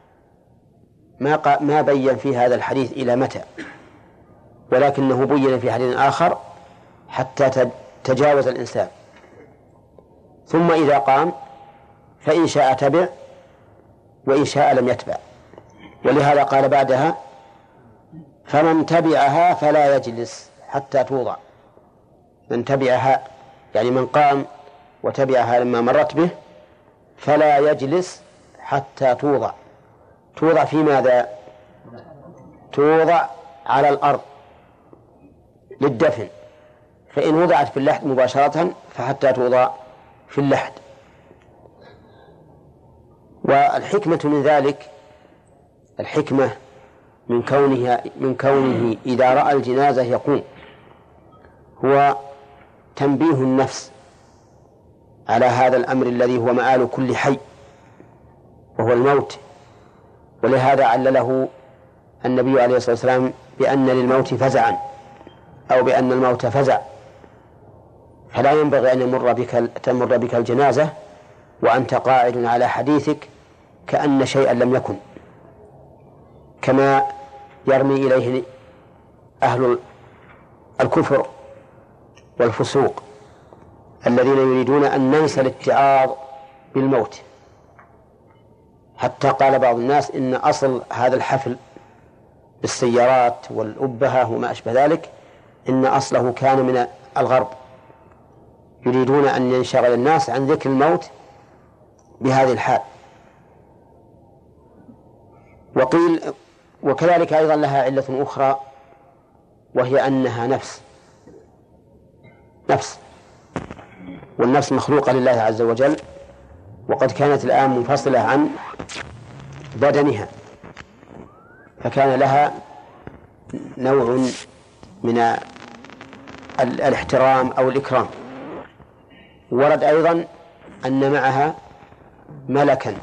[SPEAKER 1] ما بين في هذا الحديث إلى متى، ولكنه بين في حديث آخر حتى تجاوز الإنسان. ثم إذا قام فإن شاء تبع وإن شاء لم يتبع، ولهذا قال بعدها: فمن تبعها فلا يجلس حتى توضع. من تبعها يعني من قام وتبعها لما مرت به، فلا يجلس حتى توضع. توضع في ماذا؟ توضع على الأرض للدفن، فإن وضعت في اللحد مباشرة فحتى توضع في اللحد. والحكمة من ذلك، الحكمة من كونه إذا رأى الجنازة يقوم، هو تنبيه النفس على هذا الأمر الذي هو مآل كل حي، وهو الموت. ولهذا علله النبي عليه الصلاة والسلام بأن للموت فزعا، أو بأن الموت فزع، فلا ينبغي أن تمر بك الجنازة وأنت قاعد على حديثك كأن شيئا لم يكن، كما يرمي إليه أهل الكفر والفسوق الذين يريدون أن ننسى الاتعاظ بالموت. حتى قال بعض الناس إن أصل هذا الحفل بالسيارات والأبهة وما أشبه ذلك إن أصله كان من الغرب، يريدون أن ينشغل الناس عن ذكر الموت بهذه الحال. وقيل وكذلك أيضا لها علة أخرى، وهي أنها نفس، والنفس مخلوقة لله عز وجل، وقد كانت الآن منفصلة عن بدنها، فكان لها نوع من الاحترام أو الإكرام. ورد أيضا أن معها ملكا،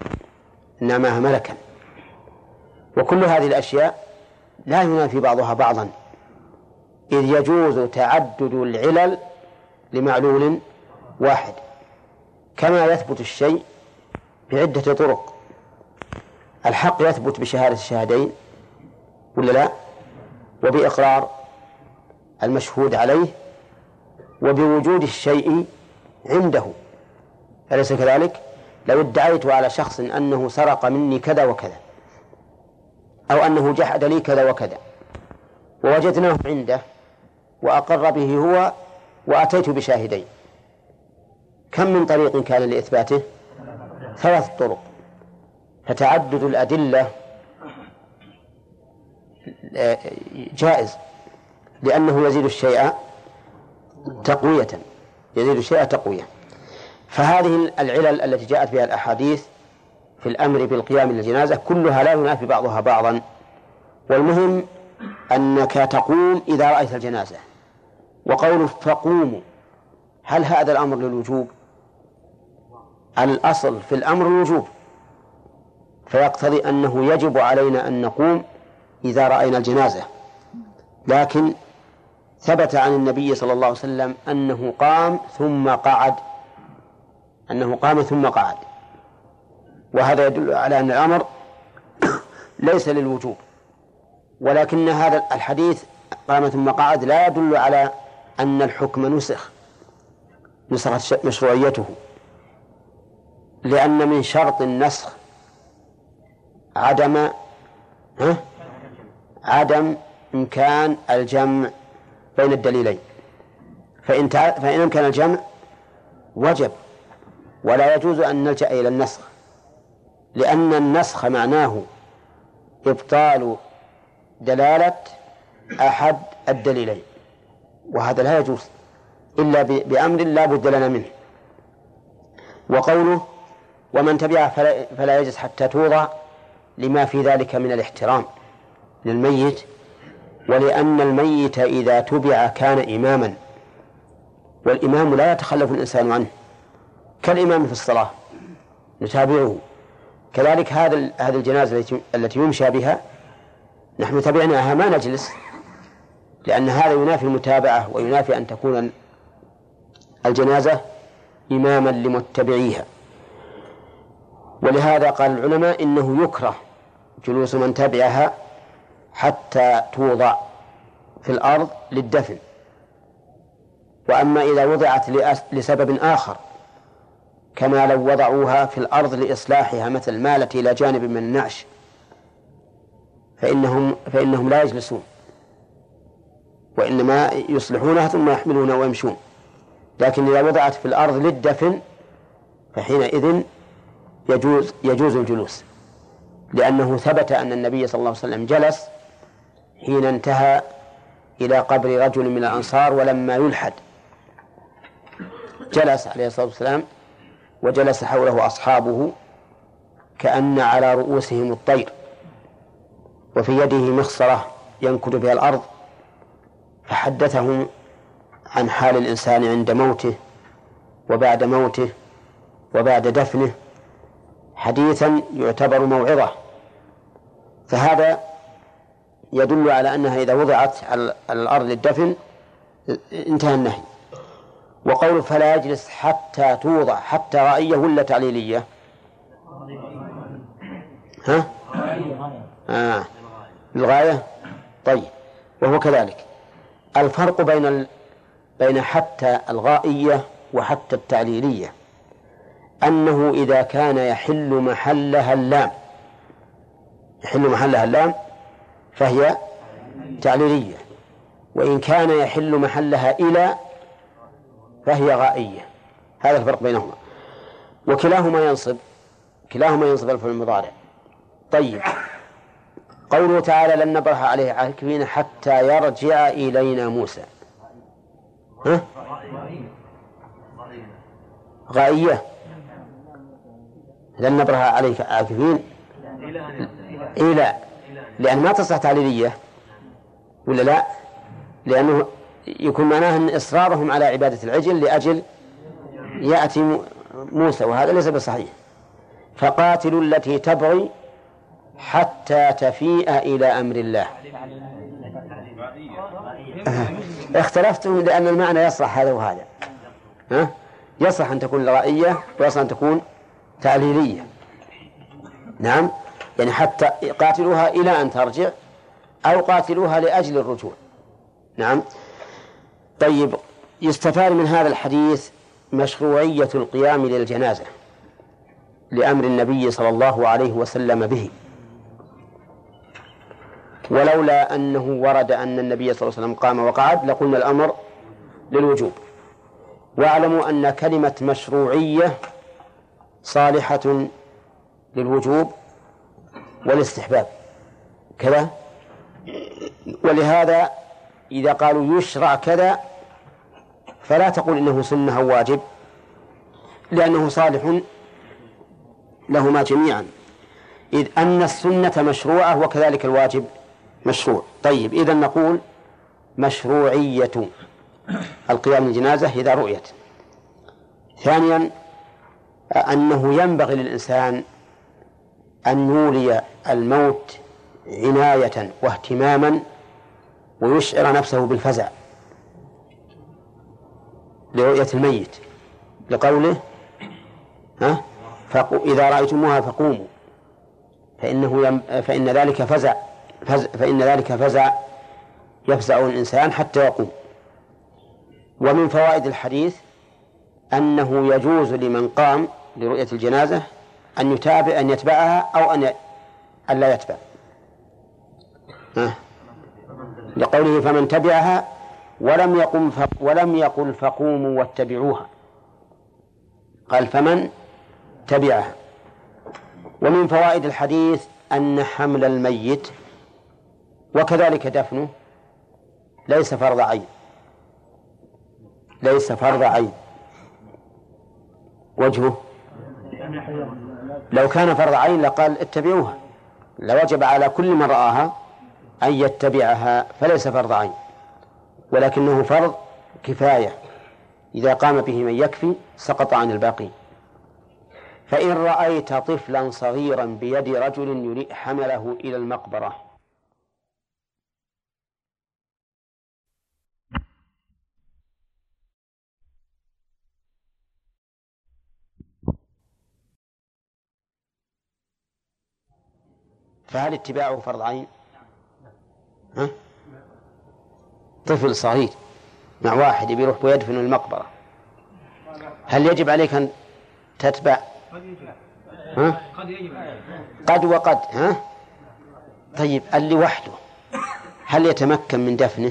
[SPEAKER 1] وكل هذه الأشياء لا ينافي بعضها بعضا، إذ يجوز تعدد العلل لمعلول واحد، كما يثبت الشيء بعدة طرق. الحق يثبت بشهادة الشهادين ولا لا، وبإقرار المشهود عليه، وبوجود الشيء عنده، أليس كذلك؟ لو ادعيت على شخص أنه سرق مني كذا وكذا، أو أنه جحد لي كذا وكذا، ووجدناه عنده وأقر به هو وأتيت بشاهدين، كم من طريق كان لإثباته؟ 3 طرق. فتعدد الأدلة جائز، لأنه يزيد الشيء تقوية. فهذه العلل التي جاءت بها الأحاديث في الأمر بالقيام للجنازة كلها لا ينافي بعضها بعضا، والمهم أنك تقوم إذا رأيت الجنازة. وقوله فقوموا، هل هذا الأمر للوجوب؟ الأصل في الأمر الوجوب، فيقتضي أنه يجب علينا أن نقوم إذا رأينا الجنازة، لكن ثبت عن النبي صلى الله عليه وسلم أنه قام ثم قعد، وهذا يدل على أن الأمر ليس للوجوب، ولكن هذا الحديث قام ثم قعد لا يدل على أن الحكم نسخت مشروعيته، لأن من شرط النسخ عدم إمكان الجمع بين الدليلين، فإن أمكن الجمع وجب، ولا يجوز أن نلجأ إلى النسخ، لأن النسخ معناه إبطال دلالة أحد الدليلين، وهذا لا يجوز إلا بأمر لا بد لنا منه. وقوله ومن تبعه فلا يجلس حتى توضع، لما في ذلك من الاحترام للميت، ولأن الميت إذا تبع كان إماما، والإمام لا يتخلف الإنسان عنه كالإمام في الصلاة نتابعه. كذلك هذه الجنازة التي يمشى بها نحن تبعناها ما نجلس، لأن هذا ينافي المتابعة وينافي أن تكون الجنازة إماما لمتبعيها. ولهذا قال العلماء إنه يكره جلوس من تبعها حتى توضع في الأرض للدفن. وأما إذا وضعت لسبب آخر، كما لو وضعوها في الأرض لإصلاحها مثل مالت إلى جانب من النعش، فإنهم لا يجلسون، وإنما يصلحونها ثم يحملونها ويمشون. لكن إذا وضعت في الأرض للدفن فحينئذ يجوز الجلوس، لأنه ثبت أن النبي صلى الله عليه وسلم جلس حين انتهى إلى قبر رجل من الأنصار ولما يلحد، جلس عليه الصلاة والسلام وجلس حوله أصحابه كأن على رؤوسهم الطير، وفي يده مخصرة ينكد بها الأرض، فحدثهم عن حال الإنسان عند موته وبعد موته وبعد دفنه حديثا يعتبر موعظة. فهذا يدل على أنها إذا وضعت على الأرض للدفن انتهى النهي. وقول فلا يجلس حتى توضع، حتى رأيه ولا تعليلية؟ للغاية. طيب، وهو كذلك. الفرق بين حتى الغائية وحتى التعليلية أنه إذا كان يحل محلها اللام فهي تعليلية، وإن كان يحل محلها إلى فهي غائية. هذا الفرق بينهما، وكلاهما ينصب الفعل المضارع. طيب، قوله تعالى لن نبرح عليه عاكفين حتى يرجع إلينا موسى، غائية. لن نبرح عليك عاكفين إلى، لأن ما تصح تعليلية ولا لا؟ لأنه يكون معناه أن إصرارهم على عبادة العجل لأجل يأتي موسى، وهذا ليس بصحيح. فقاتلوا التي تبغي حتى تفيء إلى أمر الله. اختلفتم لأن المعنى يصلح هذا وهذا، يصلح أن تكون غائية ويصلح أن تكون تعليلية. نعم، يعني حتى قاتلوها إلى أن ترجع، أو قاتلوها لأجل الرجوع. نعم. طيب، يستفاد من هذا الحديث مشروعية القيام للجنازة لأمر النبي صلى الله عليه وسلم به، ولولا أنه ورد أن النبي صلى الله عليه وسلم قام وقعد لقلنا الأمر للوجوب. واعلموا أن كلمة مشروعية صالحة للوجوب والاستحباب كذا، ولهذا إذا قالوا يشرع كذا فلا تقول إنه سنة أو واجب، لأنه صالح لهما جميعا، إذ أن السنة مشروعة وكذلك الواجب مشروع. طيب، إذن نقول مشروعية القيام للجنازة إذا رؤيت. ثانيا، أنه ينبغي للإنسان أن يولي الموت عناية واهتماما ويشعر نفسه بالفزع لرؤية الميت لقوله إذا رأيتموها فقوموا فإن ذلك فزع يفزع الإنسان حتى يقوم. ومن فوائد الحديث أنه يجوز لمن قام لرؤية الجنازة أن يتبعها أو أن لا يتبع، لقوله فمن تبعها ولم يقل فقوموا واتبعوها، قال فمن تبعها. ومن فوائد الحديث أن حمل الميت وكذلك دفنه ليس فرض عين. وجهه لو كان فرض عين لقال اتبعوها، لوجب على كل من رآها أن يتبعها، فليس فرض عين ولكنه فرض كفاية، إذا قام به من يكفي سقط عن الباقي. فإن رأيت طفلا صغيرا بيد رجل حمله إلى المقبرة فهل اتباعه فرض عين؟ طفل صغير مع واحد يروح ويدفن المقبرة، هل يجب عليك أن تتبع؟ قد وقد. طيب اللي وحده هل يتمكن من دفنه؟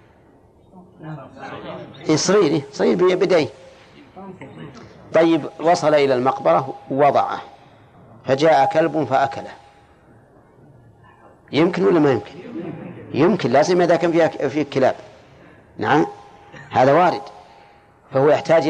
[SPEAKER 1] صغير بيديه. طيب وصل إلى المقبرة ووضعه فجاء كلب فأكله، يمكن ولا ما يمكن؟ يمكن، لازم إذا كان فيه كلاب. نعم هذا وارد، فهو يحتاج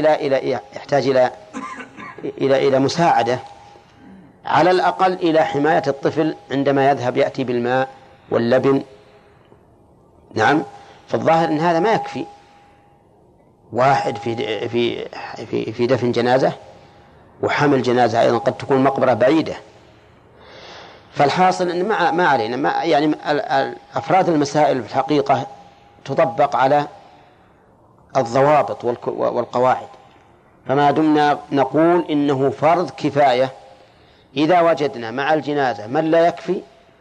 [SPEAKER 1] إلى مساعدة، على الأقل إلى حماية الطفل عندما يذهب يأتي بالماء واللبن. نعم فالظاهر أن هذا ما يكفي. واحد في دفن جنازة وحمل جنازة أيضا قد تكون مقبرة بعيدة. فالحاصل أن ما علينا يعني أفراد المسائل في الحقيقة تطبق على الضوابط والقواعد، فما دمنا نقول إنه فرض كفاية، إذا وجدنا مع الجنازة من لا يكفي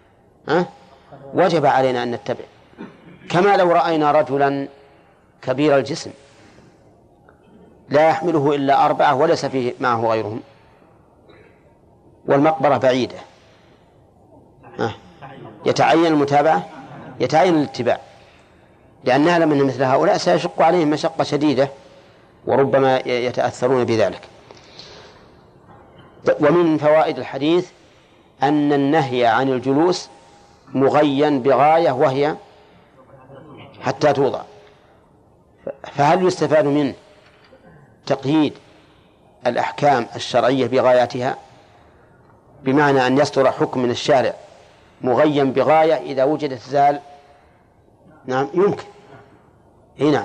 [SPEAKER 1] وجب علينا أن نتبع. كما لو رأينا رجلا كبير الجسم لا يحمله إلا 4 وليس فيه معه غيرهم والمقبرة بعيدة، يتعين المتابعة، يتعين الاتباع، لأنها لمن مثل هؤلاء سيشق عليهم مشقة شديدة وربما يتأثرون بذلك. ومن فوائد الحديث أن النهي عن الجلوس مغين بغاية وهي حتى توضع. فهل يستفاد منه تقييد الأحكام الشرعية بغاياتها، بمعنى أن يصدر حكم من الشارع مغين بغاية إذا وجدت زال؟ نعم يمكن. نعم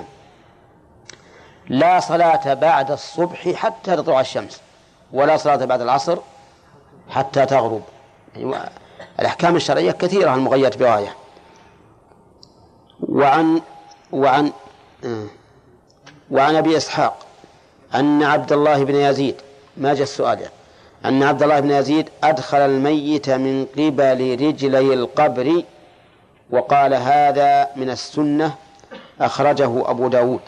[SPEAKER 1] لا صلاة بعد الصبح حتى تطلع الشمس، ولا صلاة بعد العصر حتى تغرب. يعني الأحكام الشرعية كثيرة المغيرة بغاية. وعن أبي إسحاق أن عبد الله بن يزيد، ما جاء السؤال يعني، أن عبد الله بن يزيد أدخل الميت من قبل رجلي القبر وقال هذا من السنة، أخرجه أبو داود.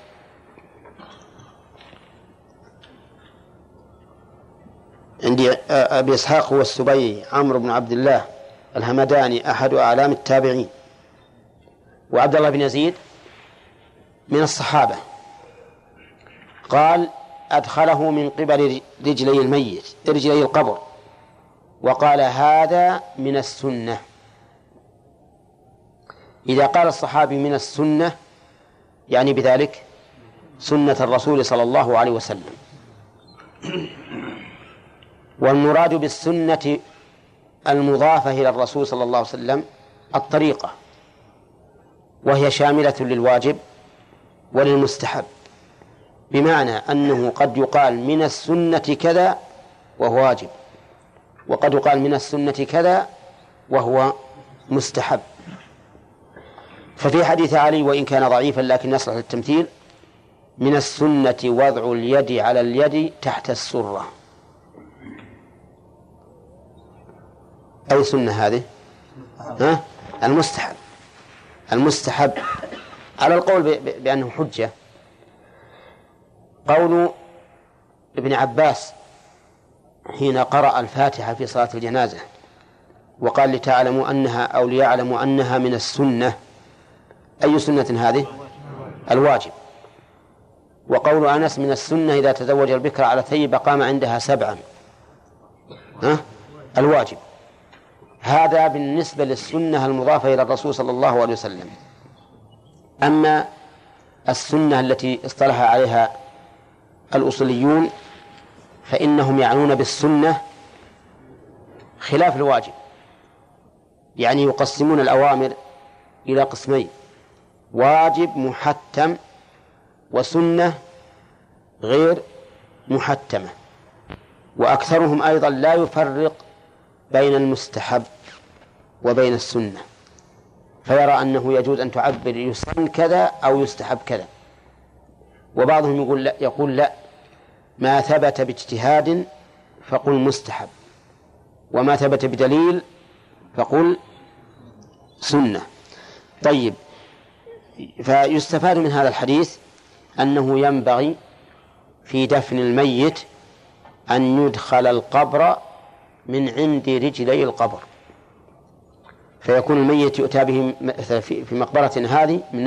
[SPEAKER 1] عندي أبي إسحاق هو السبيعي عمرو بن عبد الله الهمداني أحد أعلام التابعين، وعبد الله بن يزيد من الصحابة. قال أدخله من قبل رجلي الميت، رجلي القبر، وقال هذا من السنة. إذا قال الصحابي من السنة يعني بذلك سنة الرسول صلى الله عليه وسلم. والمراد بالسنة المضافة إلى الرسول صلى الله عليه وسلم الطريقة، وهي شاملة للواجب وللمستحب، بمعنى أنه قد يقال من السنة كذا وهو واجب، وقد يقال من السنة كذا وهو مستحب. ففي حديث علي وإن كان ضعيفا لكن يصلح للتمثيل من السنة وضع اليد على اليد تحت السرة. أي سنة هذه؟ المستحب على القول بأنه حجة. قول ابن عباس حين قرأ الفاتحة في صلاة الجنازة وقال لتعلموا أنها أو ليعلموا أنها من السنة، أي سنة هذه؟ الواجب. وقول أنس من السنة إذا تزوج البكر على ثيب قام عندها 7، الواجب. هذا بالنسبة للسنة المضافة إلى الرسول صلى الله عليه وسلم. أما السنة التي اصطلح عليها الأصوليون فإنهم يعنون بالسنة خلاف الواجب، يعني يقسمون الأوامر إلى قسمين: واجب محتم وسنة غير محتمة. وأكثرهم أيضا لا يفرق بين المستحب وبين السنة، فيرى أنه يجوز أن تعبر يسن كذا أو يستحب كذا. وبعضهم يقول لا، ما ثبت باجتهاد فقل مستحب، وما ثبت بدليل فقل سنة. طيب، فيستفاد من هذا الحديث أنه ينبغي في دفن الميت أن يدخل القبر من عند رجلي القبر، فيكون الميت يؤتى به في مقبرة هذه من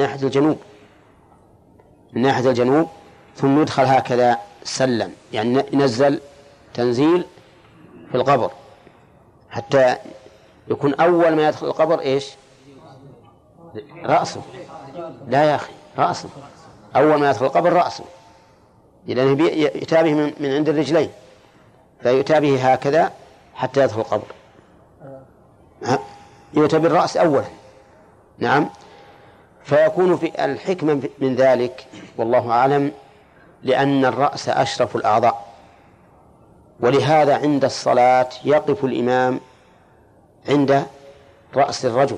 [SPEAKER 1] ناحية الجنوب، ثم يدخل هكذا سلا، يعني ينزل تنزيل في القبر حتى يكون أول ما يدخل القبر إيش؟ رأسه. لا يا أخي، رأسه أول ما يدخل القبر رأسه، لأنه يؤتى به من عند الرجلين، فيؤتى به هكذا حتى يدخل القبر، يؤتى بالرأس أولا. نعم. فيكون في الحكمة من ذلك والله أعلم لأن الرأس أشرف الأعضاء، ولهذا عند الصلاة يقف الإمام عند رأس الرجل،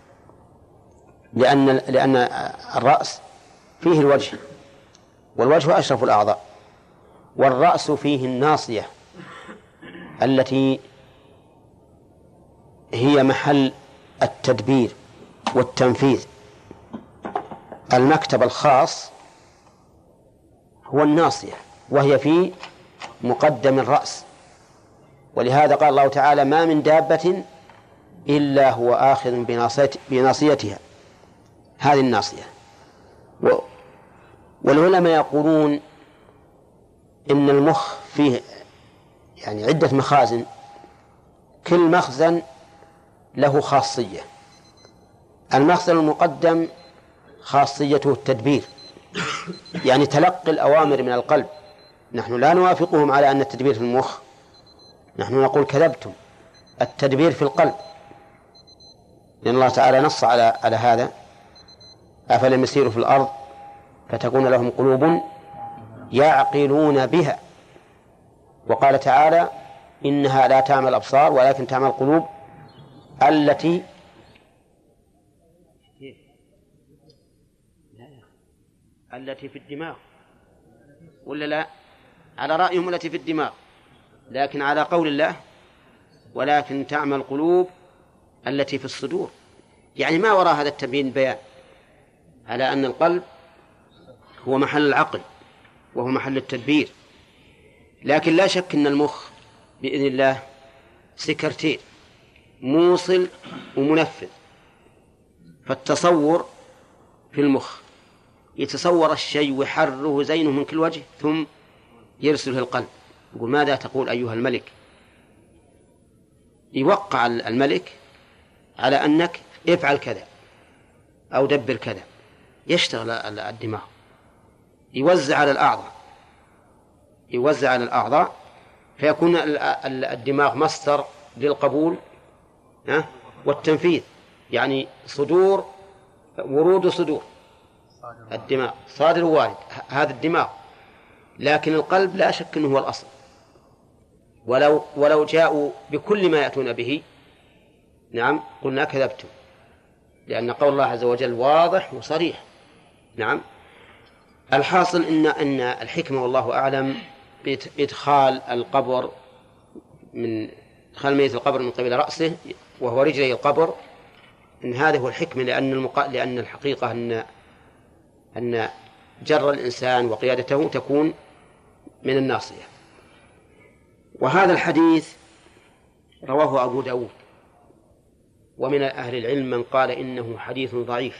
[SPEAKER 1] لأن الرأس فيه الوجه، والوجه أشرف الأعضاء، والرأس فيه الناصية التي هي محل التدبير والتنفيذ. المكتب الخاص هو الناصية، وهي في مقدم الرأس، ولهذا قال الله تعالى: ما من دابة إلا هو آخذ بناصيتها، هذه الناصية. والعلماء يقولون إن المخ فيه يعني عدة مخازن، كل مخزن له خاصية. المخزن المقدم خاصيته التدبير، يعني تلقي الأوامر من القلب. نحن لا نوافقهم على أن التدبير في المخ، نحن نقول كذبتم، التدبير في القلب، لأن الله تعالى نص على هذا: أفلم يسيروا في الأرض فتكون لهم قلوب يعقلون بها. وقال تعالى: إنها لا تعمى الأبصار ولكن تعمى القلوب التي في الدماغ، ولا لا؟ على رأيهم التي في الدماغ، لكن على قول الله: ولكن تعمى القلوب التي في الصدور. يعني ما وراء هذا التبيين بيان على أن القلب هو محل العقل وهو محل التدبير. لكن لا شك أن المخ بإذن الله سكرتير موصل ومنفذ. فالتصور في المخ يتصور الشيء ويحرره زينه من كل وجه، ثم يرسله القلب يقول: ماذا تقول أيها الملك؟ يوقع الملك على أنك افعل كذا أو دبر كذا. يشتغل الدماغ، يوزع على الأعضاء، فيكون الدماغ مصدر للقبول والتنفيذ، يعني ورود صدور الدماغ، صادر ووارد، هذا الدماغ. لكن القلب لا شك أنه هو الأصل، ولو جاءوا بكل ما يأتون به نعم قلنا كذبتم، لأن قول الله عز وجل واضح وصريح. نعم. الحاصل أن الحكمة والله أعلم بإدخال القبر من إدخال الميت القبر من قبل رأسه وهو رجلي القبر، إن هذا هو الحكمة، لأن الحقيقة أن جر الإنسان وقيادته تكون من الناصية. وهذا الحديث رواه أبو داود، ومن أهل العلم من قال إنه حديث ضعيف،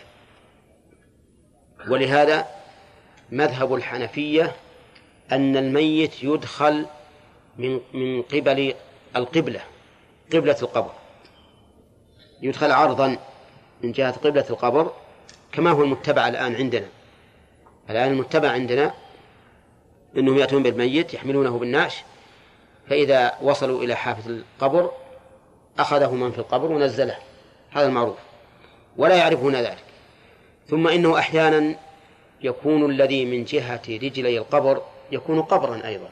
[SPEAKER 1] ولهذا مذهب الحنفية أن الميت يدخل من قبل القبلة، قبلة القبر، يدخل عرضا من جهة قبلة القبر كما هو المتبع الآن عندنا. الآن المتبع عندنا أنهم يأتون بالميت يحملونه بالنعش، فإذا وصلوا إلى حافة القبر أخذه من في القبر ونزله، هذا المعروف ولا يعرفون ذلك. ثم إنه أحيانا يكون الذي من جهة رجلي القبر يكون قبرا أيضا،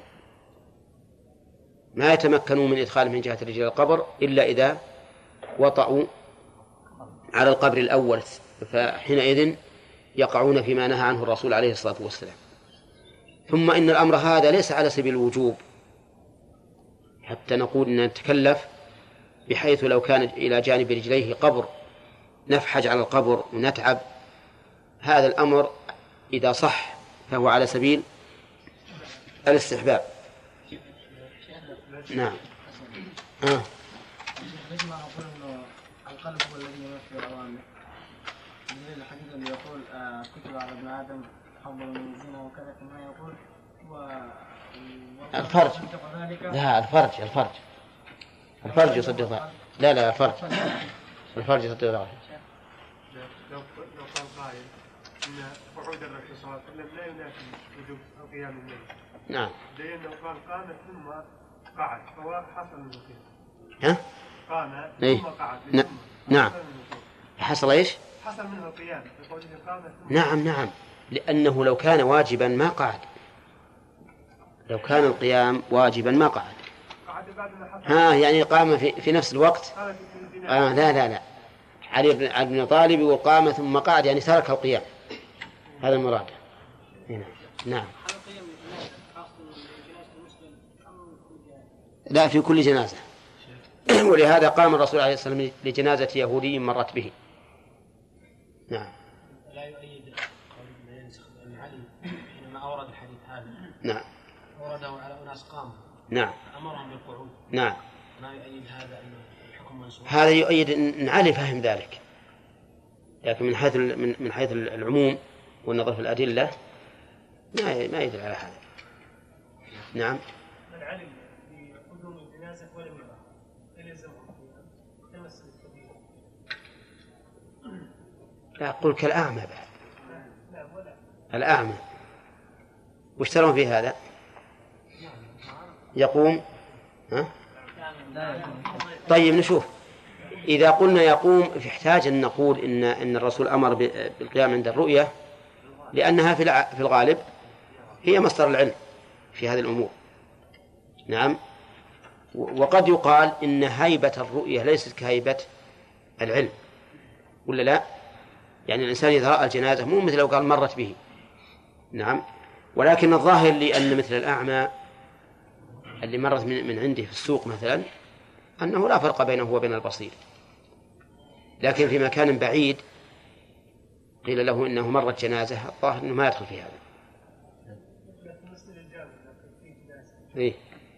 [SPEAKER 1] ما يتمكنوا من إدخاله من جهة رجلي القبر إلا إذا وطأوا على القبر الأول، فحينئذ يقعون فيما نهى عنه الرسول عليه الصلاة والسلام. ثم إن الأمر هذا ليس على سبيل الوجوب حتى نقول أن نتكلف، بحيث لو كان إلى جانب رجليه قبر نفحج على القبر ونتعب. هذا الأمر إذا صح فهو على سبيل الاستحباب. نعم.
[SPEAKER 6] مثل ما أقول إنه القلب هو الذي ينفذ الأوامر، مثل الحديث اللي يقول كتب على ابن آدم حظا من الزنا وكذا، كما يقول
[SPEAKER 1] الفرج. لا، الفرج يصدق ذلك. لا الفرج يصدق ذلك.
[SPEAKER 9] لو قال قائل إن قعود الرسول صلى الله عليه وسلم لا ينافي وجوب قيام الليل.
[SPEAKER 1] نعم.
[SPEAKER 9] لأنه قال قام ثم قعد، فهو حصل من القيام.
[SPEAKER 1] ها؟
[SPEAKER 9] قام ثم قعد.
[SPEAKER 1] نعم. حصل إيش؟
[SPEAKER 9] حصل منه القيام.
[SPEAKER 1] نعم، لأنه لو كان واجبا ما قعد. لو كان القيام واجبا ما قعد. يعني قام في نفس الوقت. لا علي بن طالب وقام ثم قعد، يعني ترك القيام، هذا المراد. نعم. لا، في كل جنازة. ولهذا قام الرسول عليه الصلاة والسلام لجنازة يهودي مرت به. نعم.
[SPEAKER 8] لا يؤيد قول لا ينسخ لأن علي حينما أورد الحديث هذا
[SPEAKER 1] نعم
[SPEAKER 8] أورده على أناس قاموا
[SPEAKER 1] نعم
[SPEAKER 8] أمرهم بالقعود.
[SPEAKER 1] نعم.
[SPEAKER 8] ما يؤيد هذا أن الحكم منسوخ.
[SPEAKER 1] هذا يؤيد أن علي فهم ذلك، لكن من حيث العموم والنظر في الأدلة ما يدل على هذا. نعم.
[SPEAKER 9] من علم بقدوم الجنازة ولم يرى هل يلزمه تمس الكبير؟
[SPEAKER 1] لا، أقول كالأعمى بعد. الأعمى وش ترون في هذا؟ يقوم. ها؟ طيب نشوف. إذا قلنا يقوم فاحتاج أن نقول إن الرسول أمر بالقيام عند الرؤية، لأنها في الغالب هي مصدر العلم في هذه الأمور. نعم. وقد يقال إن هيبة الرؤية ليست كهيبة العلم، ولا لا؟ يعني الإنسان إذا رأى الجنازة مو مثل لو قال مرت به. نعم. ولكن الظاهر لي أن مثل الأعمى اللي مرت من عنده في السوق مثلا أنه لا فرق بينه وبين البصير، لكن في مكان بعيد قيل له إنه مرت جنازة، الظاهر أنه ما يدخل في هذا. إيه؟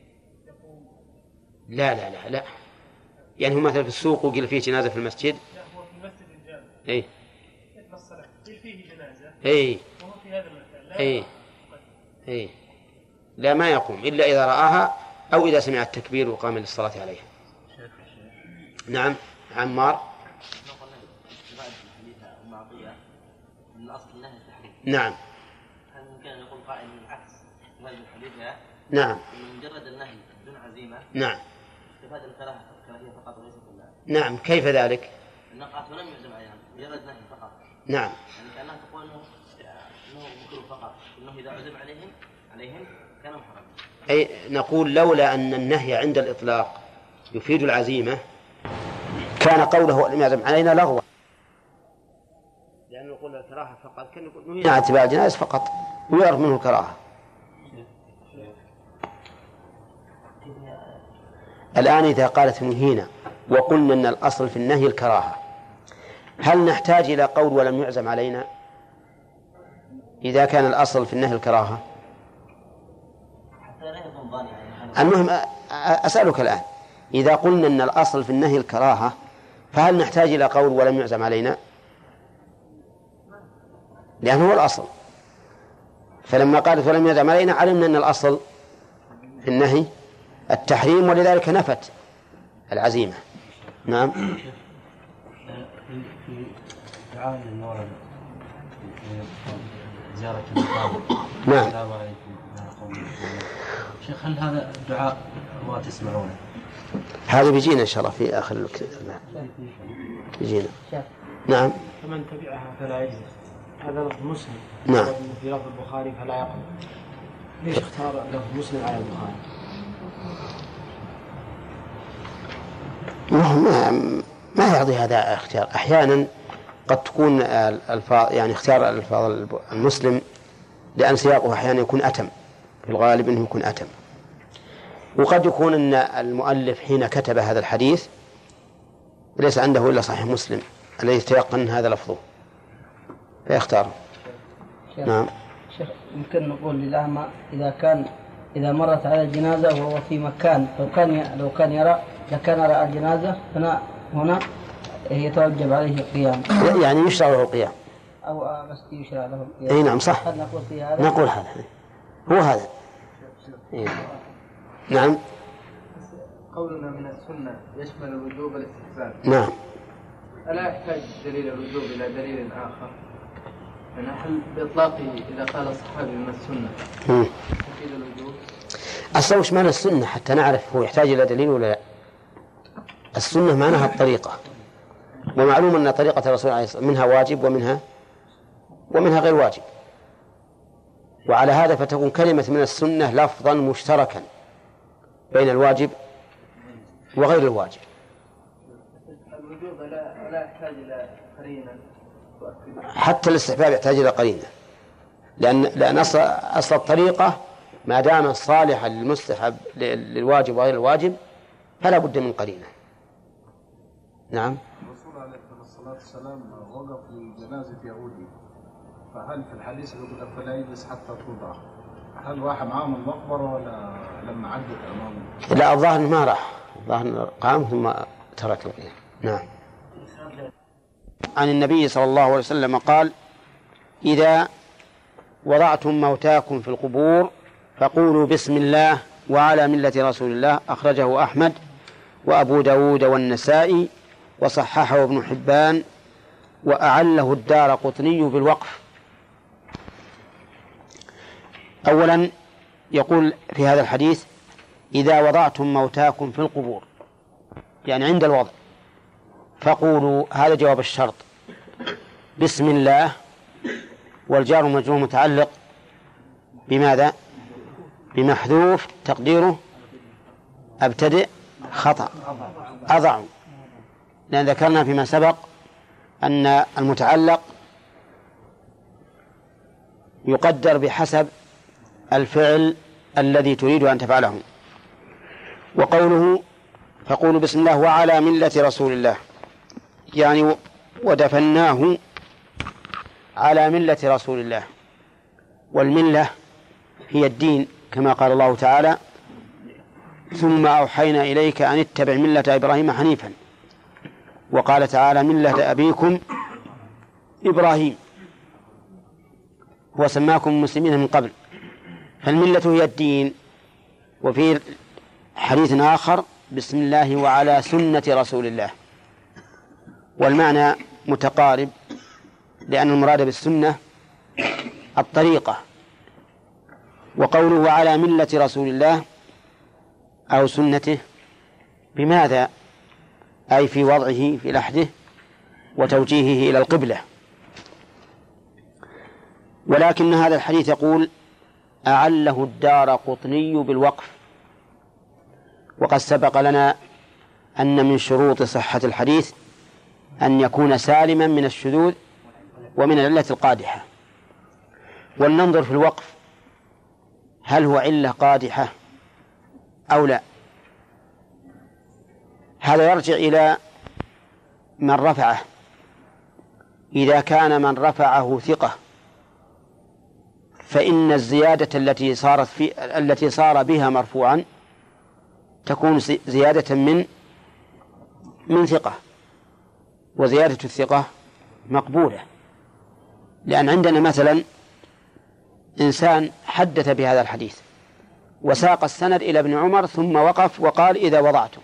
[SPEAKER 1] لا يعني هو مثلا في السوق وقيل فيه جنازة في المسجد.
[SPEAKER 9] لا، هو في المسجد الجامع.
[SPEAKER 1] إيه؟
[SPEAKER 9] مثل الصلاة فيه جنازة.
[SPEAKER 1] إيه؟
[SPEAKER 9] وهو في هذا المكان. لا.
[SPEAKER 1] إيه؟ لا، ما يقوم إلا إذا رآها أو إذا سمع التكبير وقام للصلاة عليها. نعم. عمار. نعم.
[SPEAKER 10] هل ممكن أن يقول قائل العكس هذا الحديث؟
[SPEAKER 1] نعم.
[SPEAKER 10] مجرد النهي بدون عزيمة.
[SPEAKER 1] نعم.
[SPEAKER 10] استفاد الكراهية فقط وليس كلها.
[SPEAKER 1] نعم. كيف ذلك؟
[SPEAKER 10] النقاط ولم يعزم عليها، مجرد نهي فقط.
[SPEAKER 1] نعم.
[SPEAKER 10] يعني كأنها تقول إنه مكروه فقط، إنه إذا عزم عليهم كانوا محرما.
[SPEAKER 1] أي نقول لولا أن النهي عند الإطلاق يفيد العزيمة كان قوله لم يعزم علينا لغوا، لأنه يقول الكراهة فقط كان يقول نهينا عن اتباع الجنائز فقط. ويعرف منه الكراهة. الآن إذا قالت نهينا وقلنا أن الأصل في النهي الكراهة، هل نحتاج إلى قول ولم يعزم علينا إذا كان الأصل في النهي الكراهة؟ المهم أسألك الآن، إذا قلنا أن الأصل في النهي الكراهة فهل نحتاج إلى قول ولم يعزم علينا؟ لأنه هو الأصل، فلما قالت ولم يعزم علينا علمنا أن الأصل في النهي التحريم، ولذلك نفت العزيمة. نعم.
[SPEAKER 11] في دعاء المورد زيارة المقابر.
[SPEAKER 1] نعم.
[SPEAKER 11] السلام عليكم شيخ، هل هذا الدعاء ما تسمعونه؟
[SPEAKER 1] هذا بيجينا إن شاء الله في آخر الكتاب. نعم بيجينا. نعم.
[SPEAKER 8] فمن تبعها فلا يجزي، هذا لفظ مسلم.
[SPEAKER 1] نعم.
[SPEAKER 8] في لفظ البخاري فلا يقبل. ليش اختار لفظ مسلم على البخاري؟
[SPEAKER 1] ما يعطي هذا اختيار. أحيانا قد تكون الفاظ يعني اختيار الفاظ المسلم لأن سياقه أحيانا يكون أتم، في الغالب أنه يكون أتم. وقد يكون أن المؤلف حين كتب هذا الحديث ليس عنده إلا صحيح مسلم الذي يتيقن هذا لفظه فيختار. نعم.
[SPEAKER 12] شيخ، يمكن نقول للأعمى إذا مرت على الجنازة وهو في مكان لو كان يرى لكان رأى الجنازة هنا يتوجب عليه القيام،
[SPEAKER 1] يعني يشرع له القيام
[SPEAKER 12] أو بس يشرع له القيام.
[SPEAKER 1] أي نعم صح.
[SPEAKER 12] هل نقول في هذا؟
[SPEAKER 1] نقول هذا هو هذا. نعم.
[SPEAKER 7] قولنا من السنة يشمل الوجوب والاستحباب.
[SPEAKER 1] نعم.
[SPEAKER 7] ألا يحتاج دليل الوجوب إلى دليل آخر؟ يعني هل بإطلاقه إذا قال الصحابي من السنة يفيد الوجوب؟
[SPEAKER 1] أصلا وش معنى السنة حتى نعرف هو يحتاج إلى دليل ولا لا؟ السنة معناها الطريقة، ومعلوم أن طريقة الرسول عليه الصلاة والسلام منها واجب ومنها غير واجب، وعلى هذا فتكون كلمة من السنة لفظا مشتركا بين الواجب وغير الواجب.
[SPEAKER 7] الوجوب لا يحتاج إلى قرينة،
[SPEAKER 1] حتى الاستحباب يحتاج إلى قرينة، لأن أصل الطريقة ما دام صالحا للمستحب للواجب وغير الواجب فلا بد من قرينة. نعم.
[SPEAKER 13] الرسول عليه الصلاة والسلام وقف لجنازة يهودي، فهل في الحديث يقول فلا يجلس حتى توضع، هل راح معهم المقبرة ولا لما عدت أمامه؟
[SPEAKER 1] لا، الظاهر ما راح، الظاهر قام ثم ترك القيام. نعم. عن النبي صلى الله عليه وسلم قال: إذا وضعتم موتاكم في القبور فقولوا بسم الله وعلى ملة رسول الله. أخرجه أحمد وأبو داود والنسائي وصححه ابن حبان وأعله الدارقطني بالوقف. أولا يقول في هذا الحديث: إذا وضعتم موتاكم في القبور، يعني عند الوضع، فقولوا، هذا جواب الشرط، بسم الله، والجار والمجرور متعلق بماذا؟ بمحذوف تقديره أبتدئ خطأ أضع، لأن ذكرنا فيما سبق أن المتعلق يقدر بحسب الفعل الذي تريد أن تفعله. وقوله فقولوا بسم الله وعلى ملة رسول الله، يعني ودفناه على ملة رسول الله، والملة هي الدين كما قال الله تعالى: ثم أوحينا إليك أن اتبع ملة إبراهيم حنيفا. وقال تعالى: ملة أبيكم إبراهيم، هو سماكم مسلمين من قبل، فالملة هي الدين. وفي حديث آخر: بسم الله وعلى سنة رسول الله، والمعنى متقارب، لأن المراد بالسنة الطريقة. وقوله على ملة رسول الله أو سنته، بماذا؟ أي في وضعه في لحده وتوجيهه إلى القبلة. ولكن هذا الحديث يقول: أعله الدارقطني بالوقف. وقد سبق لنا أن من شروط صحة الحديث أن يكون سالما من الشذوذ ومن العلة القادحة، ولننظر في الوقف هل هو علة قادحة أو لا. هذا يرجع إلى من رفعه. إذا كان من رفعه ثقة فإن الزيادة التي صار بها مرفوعا تكون زيادة من ثقة، وزيادة الثقة مقبولة. لأن عندنا مثلا إنسان حدث بهذا الحديث وساق السند إلى ابن عمر ثم وقف وقال إذا وضعتم،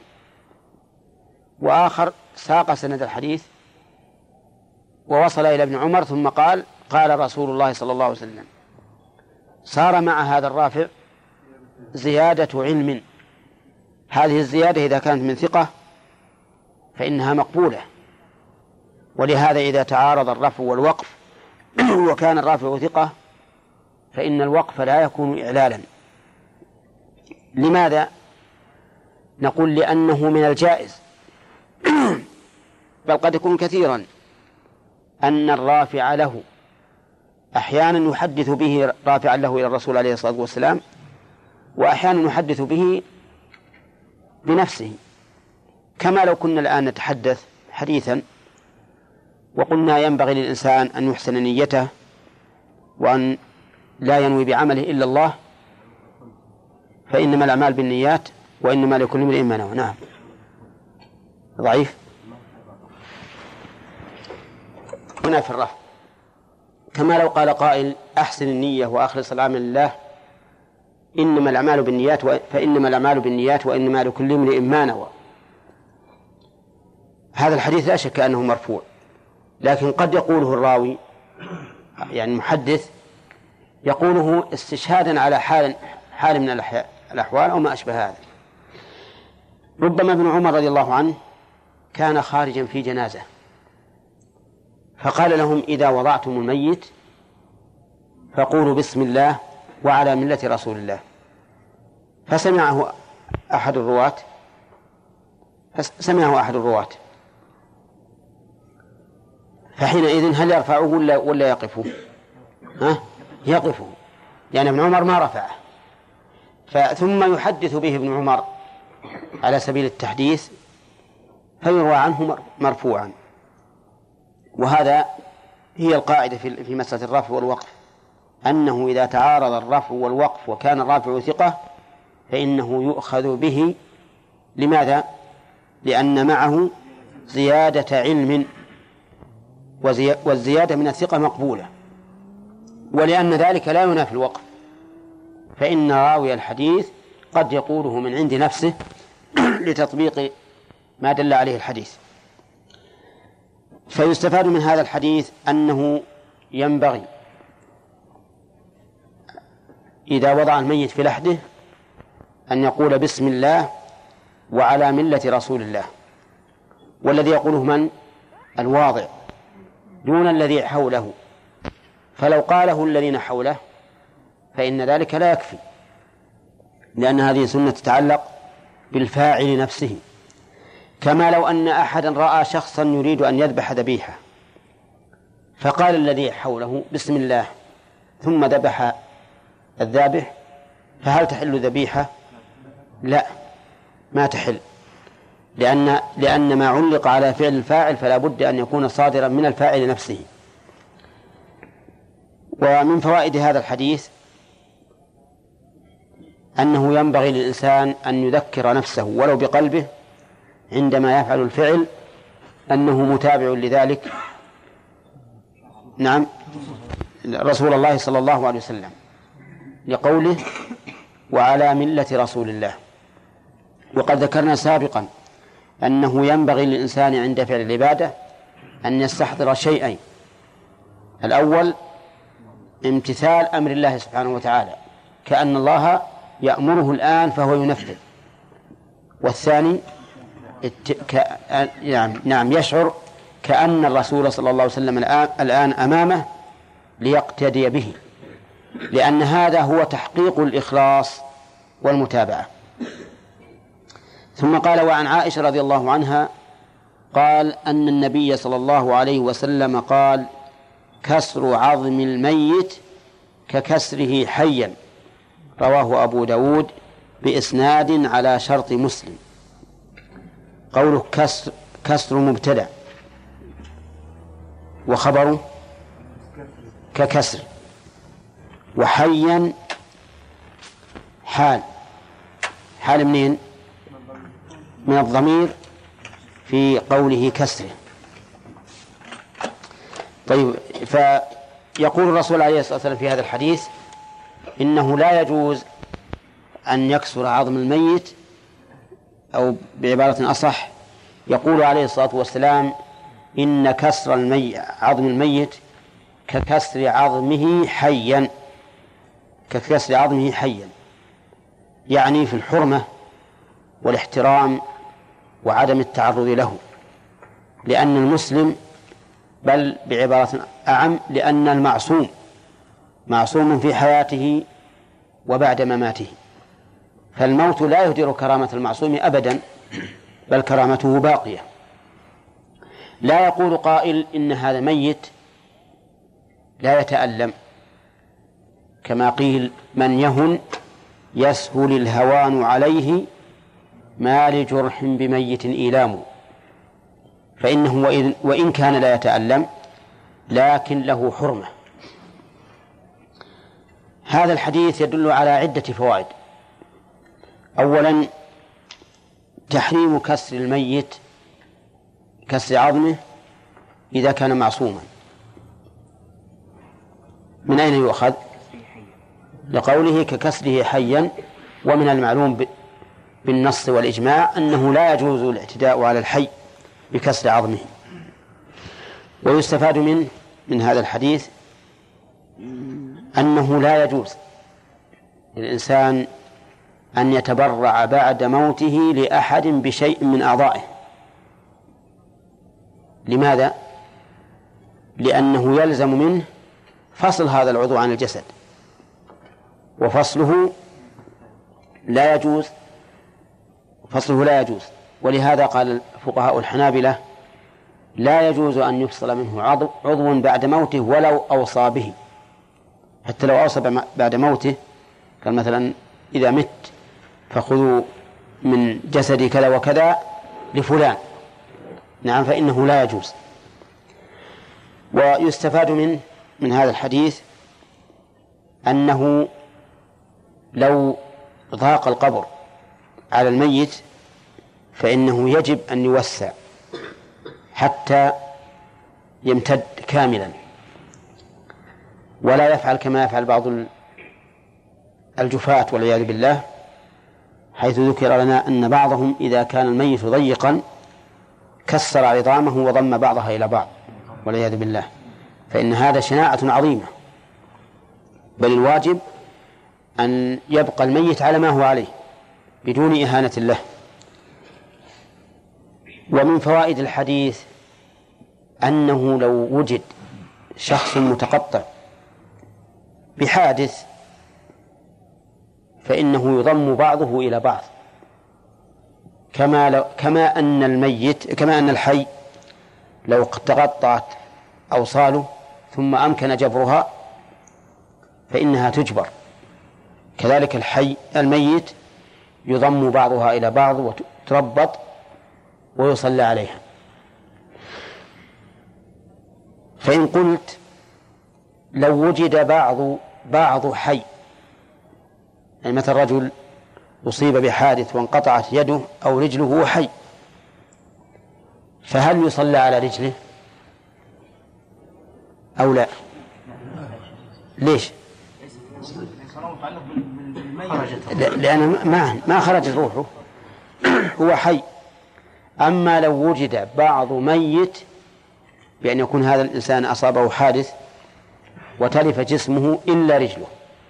[SPEAKER 1] وآخر ساق سند الحديث ووصل إلى ابن عمر ثم قال قال رسول الله صلى الله عليه وسلم. صار مع هذا الرافع زيادة علم. هذه الزيادة إذا كانت من ثقة فإنها مقبولة. ولهذا إذا تعارض الرفع والوقف وكان الرافع ثقة فإن الوقف لا يكون إعلالا. لماذا؟ نقول لأنه من الجائز بل قد يكون كثيرا أن الرافع له أحيانا يحدث به رافعا له إلى الرسول عليه الصلاة والسلام، وأحيانا يحدث به بنفسه. كما لو كنا الآن نتحدث حديثا وقلنا ينبغي للإنسان أن يحسن نيته وأن لا ينوي بعمله إلا الله، فإنما الأعمال بالنيات وإنما لكل امرئ ما نوى. نعم. ضعيف هنا في الرفع. كما لو قال قائل أحسن النية وأخلص العمل لله إنما الأعمال بالنيات فإنما الأعمال بالنيات وإنما لكل امرئ ما نوى. هذا الحديث لا شك أنه مرفوع، لكن قد يقوله الراوي يعني المحدث يقوله استشهادا على حال من الأحوال أو ما أشبه هذا. ربما ابن عمر رضي الله عنه كان خارجا في جنازة فقال لهم إذا وضعتم الميت فقولوا بسم الله وعلى ملة رسول الله، فسمعه أحد الرواة فحينئذ هل يرفعه ولا يقفه؟ يقفه، لأن ابن عمر ما رفعه. ثم يحدث به ابن عمر على سبيل التحديث فيروى عنه مرفوعا. وهذا هي القاعدة في مسألة الرفع والوقف، أنه إذا تعارض الرفع والوقف وكان الرافع ثقة فإنه يؤخذ به. لماذا؟ لأن معه زيادة علم، والزيادة من الثقة مقبولة، ولأن ذلك لا ينافي الوقف، فإن راوي الحديث قد يقوله من عند نفسه لتطبيق ما دل عليه الحديث. فيستفاد من هذا الحديث أنه ينبغي إذا وضع الميت في لحده أن يقول بسم الله وعلى ملة رسول الله، والذي يقوله من؟ الواضع دون الذي حوله. فلو قاله الذين حوله فإن ذلك لا يكفي، لأن هذه سنة تتعلق بالفاعل نفسه. كما لو أن أحدا رأى شخصا يريد أن يذبح ذبيحة فقال الذي حوله بسم الله ثم ذبح الذابح، فهل تحل ذبيحة؟ لا، ما تحل، لأن ما علق على فعل الفاعل فلا بد أن يكون صادرا من الفاعل نفسه. ومن فوائد هذا الحديث أنه ينبغي للإنسان أن يذكر نفسه ولو بقلبه عندما يفعل الفعل أنه متابع لذلك. نعم، رسول الله صلى الله عليه وسلم لقوله وعلى ملة رسول الله. وقد ذكرنا سابقا أنه ينبغي للإنسان عند فعل العبادة أن يستحضر شيئين: الأول امتثال أمر الله سبحانه وتعالى كأن الله يأمره الآن فهو ينفذ، والثاني يشعر كأن الرسول صلى الله عليه وسلم الآن أمامه ليقتدي به، لأن هذا هو تحقيق الإخلاص والمتابعة. ثم قال: وعن عائشة رضي الله عنها قال أن النبي صلى الله عليه وسلم قال: كسر عظم الميت ككسره حيا، رواه أبو داود بإسناد على شرط مسلم. قوله كسر مبتدأ وخبره ككسر، وحيا حال منين؟ من الضمير في قوله كسره. طيب، فيقول الرسول عليه الصلاة والسلام في هذا الحديث إنه لا يجوز أن يكسر عظم الميت، أو بعبارة أصح يقول عليه الصلاة والسلام إن كسر عظم الميت ككسر عظمه حيا، ككسر عظمه حيا، يعني في الحرمة والاحترام وعدم التعرض له، لأن المسلم، بل بعبارة أعم لأن المعصوم معصوم في حياته وبعد مماته، فالموت لا يهدر كرامة المعصوم أبدا، بل كرامته باقية. لا يقول قائل إن هذا ميت لا يتألم، كما قيل من يهن يسهل الهوان عليه ما لجرح بميت إيلام، فإنه وإن كان لا يتألم لكن له حرمة. هذا الحديث يدل على عدة فوائد. أولا، تحريم كسر الميت، كسر عظمه إذا كان معصوما. من أين يؤخذ؟ لقوله ككسره حيا، ومن المعلوم بالنص والإجماع أنه لا يجوز الاعتداء على الحي بكسر عظمه. ويستفاد من هذا الحديث أنه لا يجوز للإنسان أن يتبرع بعد موته لأحد بشيء من أعضائه. لماذا؟ لأنه يلزم منه فصل هذا العضو عن الجسد، وفصله لا يجوز، ولهذا قال فقهاء الحنابلة لا يجوز أن يفصل منه عضو بعد موته ولو أوصى به، حتى لو أوصى بعد موته، قال مثلا إذا مت فخذوا من جسدي كذا وكذا لفلان، نعم، فإنه لا يجوز. ويستفاد من هذا الحديث أنه لو ضاق القبر على الميت فإنه يجب أن يوسع حتى يمتد كاملا، ولا يفعل كما يفعل بعض الجفاة والعياذ بالله، حيث ذكر لنا أن بعضهم إذا كان الميت ضيقا كسر عظامه وضم بعضها إلى بعض والعياذ بالله، فإن هذا شناعة عظيمة، بل الواجب أن يبقى الميت على ما هو عليه بدون إهانة له. ومن فوائد الحديث أنه لو وجد شخص متقطع بحادث فإنه يضم بعضه إلى بعض، كما أن الحي لو تقطعت أوصاله ثم أمكن جبرها فإنها تجبر، كذلك الميت يضم بعضها إلى بعض وتربط ويصلى عليها. فإن قلت لو وجد بعض حي، يعني مثل رجل أصيب بحادث وانقطعت يده أو رجله وهو حي، فهل يصلى على رجله أو لا؟ ليش؟ لأنه ما خرجت روحه، هو حي. أما لو وجد بعض ميت بأن يكون هذا الإنسان أصابه حادث وتلف جسمه إلا رجله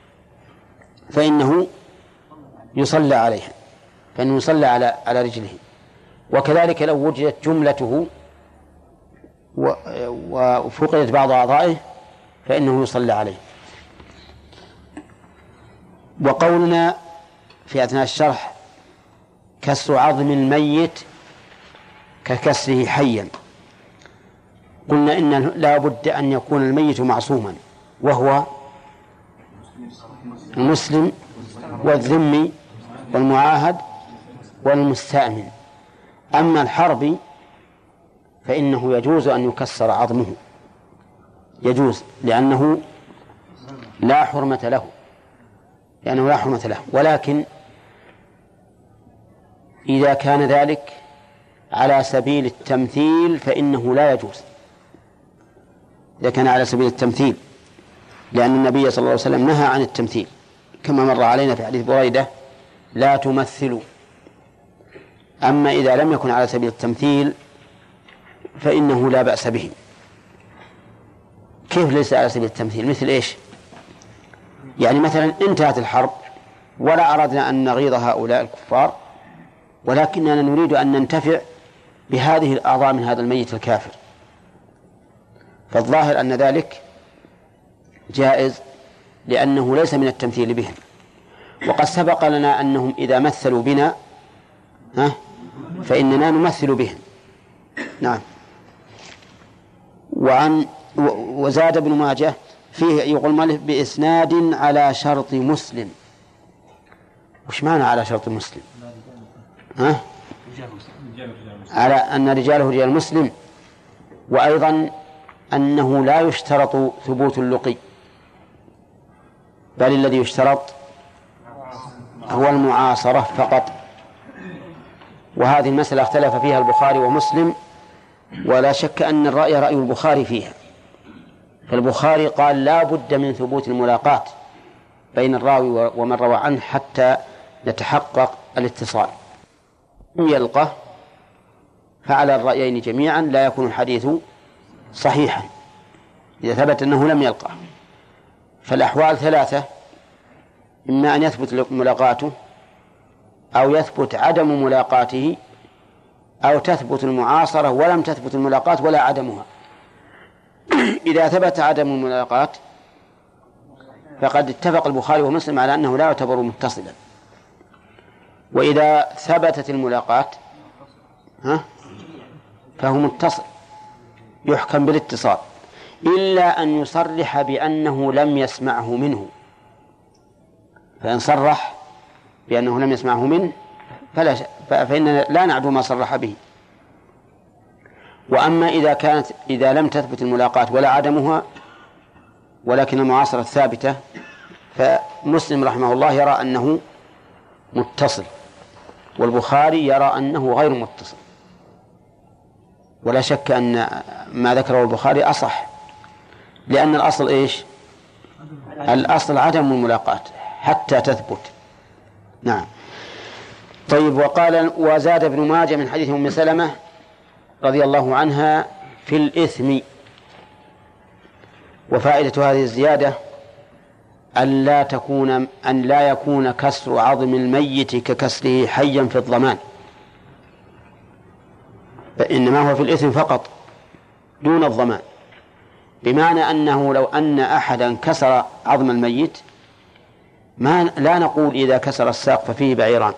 [SPEAKER 1] فإنه يصلى عليها، فإنه يصلى على رجله. وكذلك لو وجدت جملته وفقدت بعض أعضائه فإنه يصلى عليه. وقولنا في أثناء الشرح كسر عظم الميت ككسره حيا، قلنا إن لا بد أن يكون الميت معصوما، وهو المسلم والذمي والمعاهد والمستأمن. أما الحربي فإنه يجوز أن يكسر عظمه، يجوز لأنه لا حرمة له، ولكن إذا كان ذلك على سبيل التمثيل فإنه لا يجوز، إذا كان على سبيل التمثيل، لأن النبي صلى الله عليه وسلم نهى عن التمثيل كما مر علينا في حديث بريدة لا تمثلوا. أما إذا لم يكن على سبيل التمثيل فإنه لا بأس به. كيف ليس على سبيل التمثيل؟ مثل إيش؟ يعني مثلا انتهت الحرب ولا أردنا أن نغيظ هؤلاء الكفار، ولكننا نريد أن ننتفع بهذه الأعضاء من هذا الميت الكافر، فالظاهر أن ذلك جائز لأنه ليس من التمثيل بهم. وقد سبق لنا أنهم إذا مثلوا بنا فإننا نمثل بهم. نعم. وزاد ابن ماجه فيه يقول مالك بإسناد على شرط مسلم. وش معنى على شرط مسلم؟ على أن رجاله رجال مسلم، وأيضا أنه لا يشترط ثبوت اللقي، بل الذي يشترط هو المعاصرة فقط. وهذه المسألة اختلف فيها البخاري ومسلم، ولا شك أن الرأي رأي البخاري فيها. فالبخاري قال لا بد من ثبوت الملاقاة بين الراوي ومن روى عنه حتى يتحقق الاتصال. إن يلقى فعلى الرأيين جميعا لا يكون الحديث صحيحا إذا ثبت أنه لم يلقى. فالأحوال ثلاثة: إما أن يثبت ملاقاته، أو يثبت عدم ملاقاته، أو تثبت المعاصرة ولم تثبت الملاقاة ولا عدمها. إذا ثبت عدم الملاقاة فقد اتفق البخاري ومسلم على أنه لا يعتبر متصلا، وإذا ثبتت الملاقاة فهو متصل يحكم بالاتصال، إلا أن يصرح بأنه لم يسمعه منه. فإن صرح بأنه لم يسمعه منه فإننا لا نعدو ما صرح به. وأما إذا لم تثبت الملاقاة ولا عدمها ولكن المعاصرة ثابتة، فمسلم رحمه الله يرى أنه متصل، والبخاري يرى أنه غير متصل. ولا شك أن ما ذكره البخاري أصح، لأن الأصل إيش؟ الأصل عدم الملاقاة حتى تثبت. نعم. طيب. وقال وزاد ابن ماجه من حديث أم سلمة رضي الله عنها في الإثم. وفائدة هذه الزيادة أن لا يكون كسر عظم الميت ككسره حيا في الضمان، فإنما هو في الإثم فقط دون الضمان. بمعنى أنه لو أن أحدا كسر عظم الميت لا نقول إذا كسر الساق ففيه بعيران،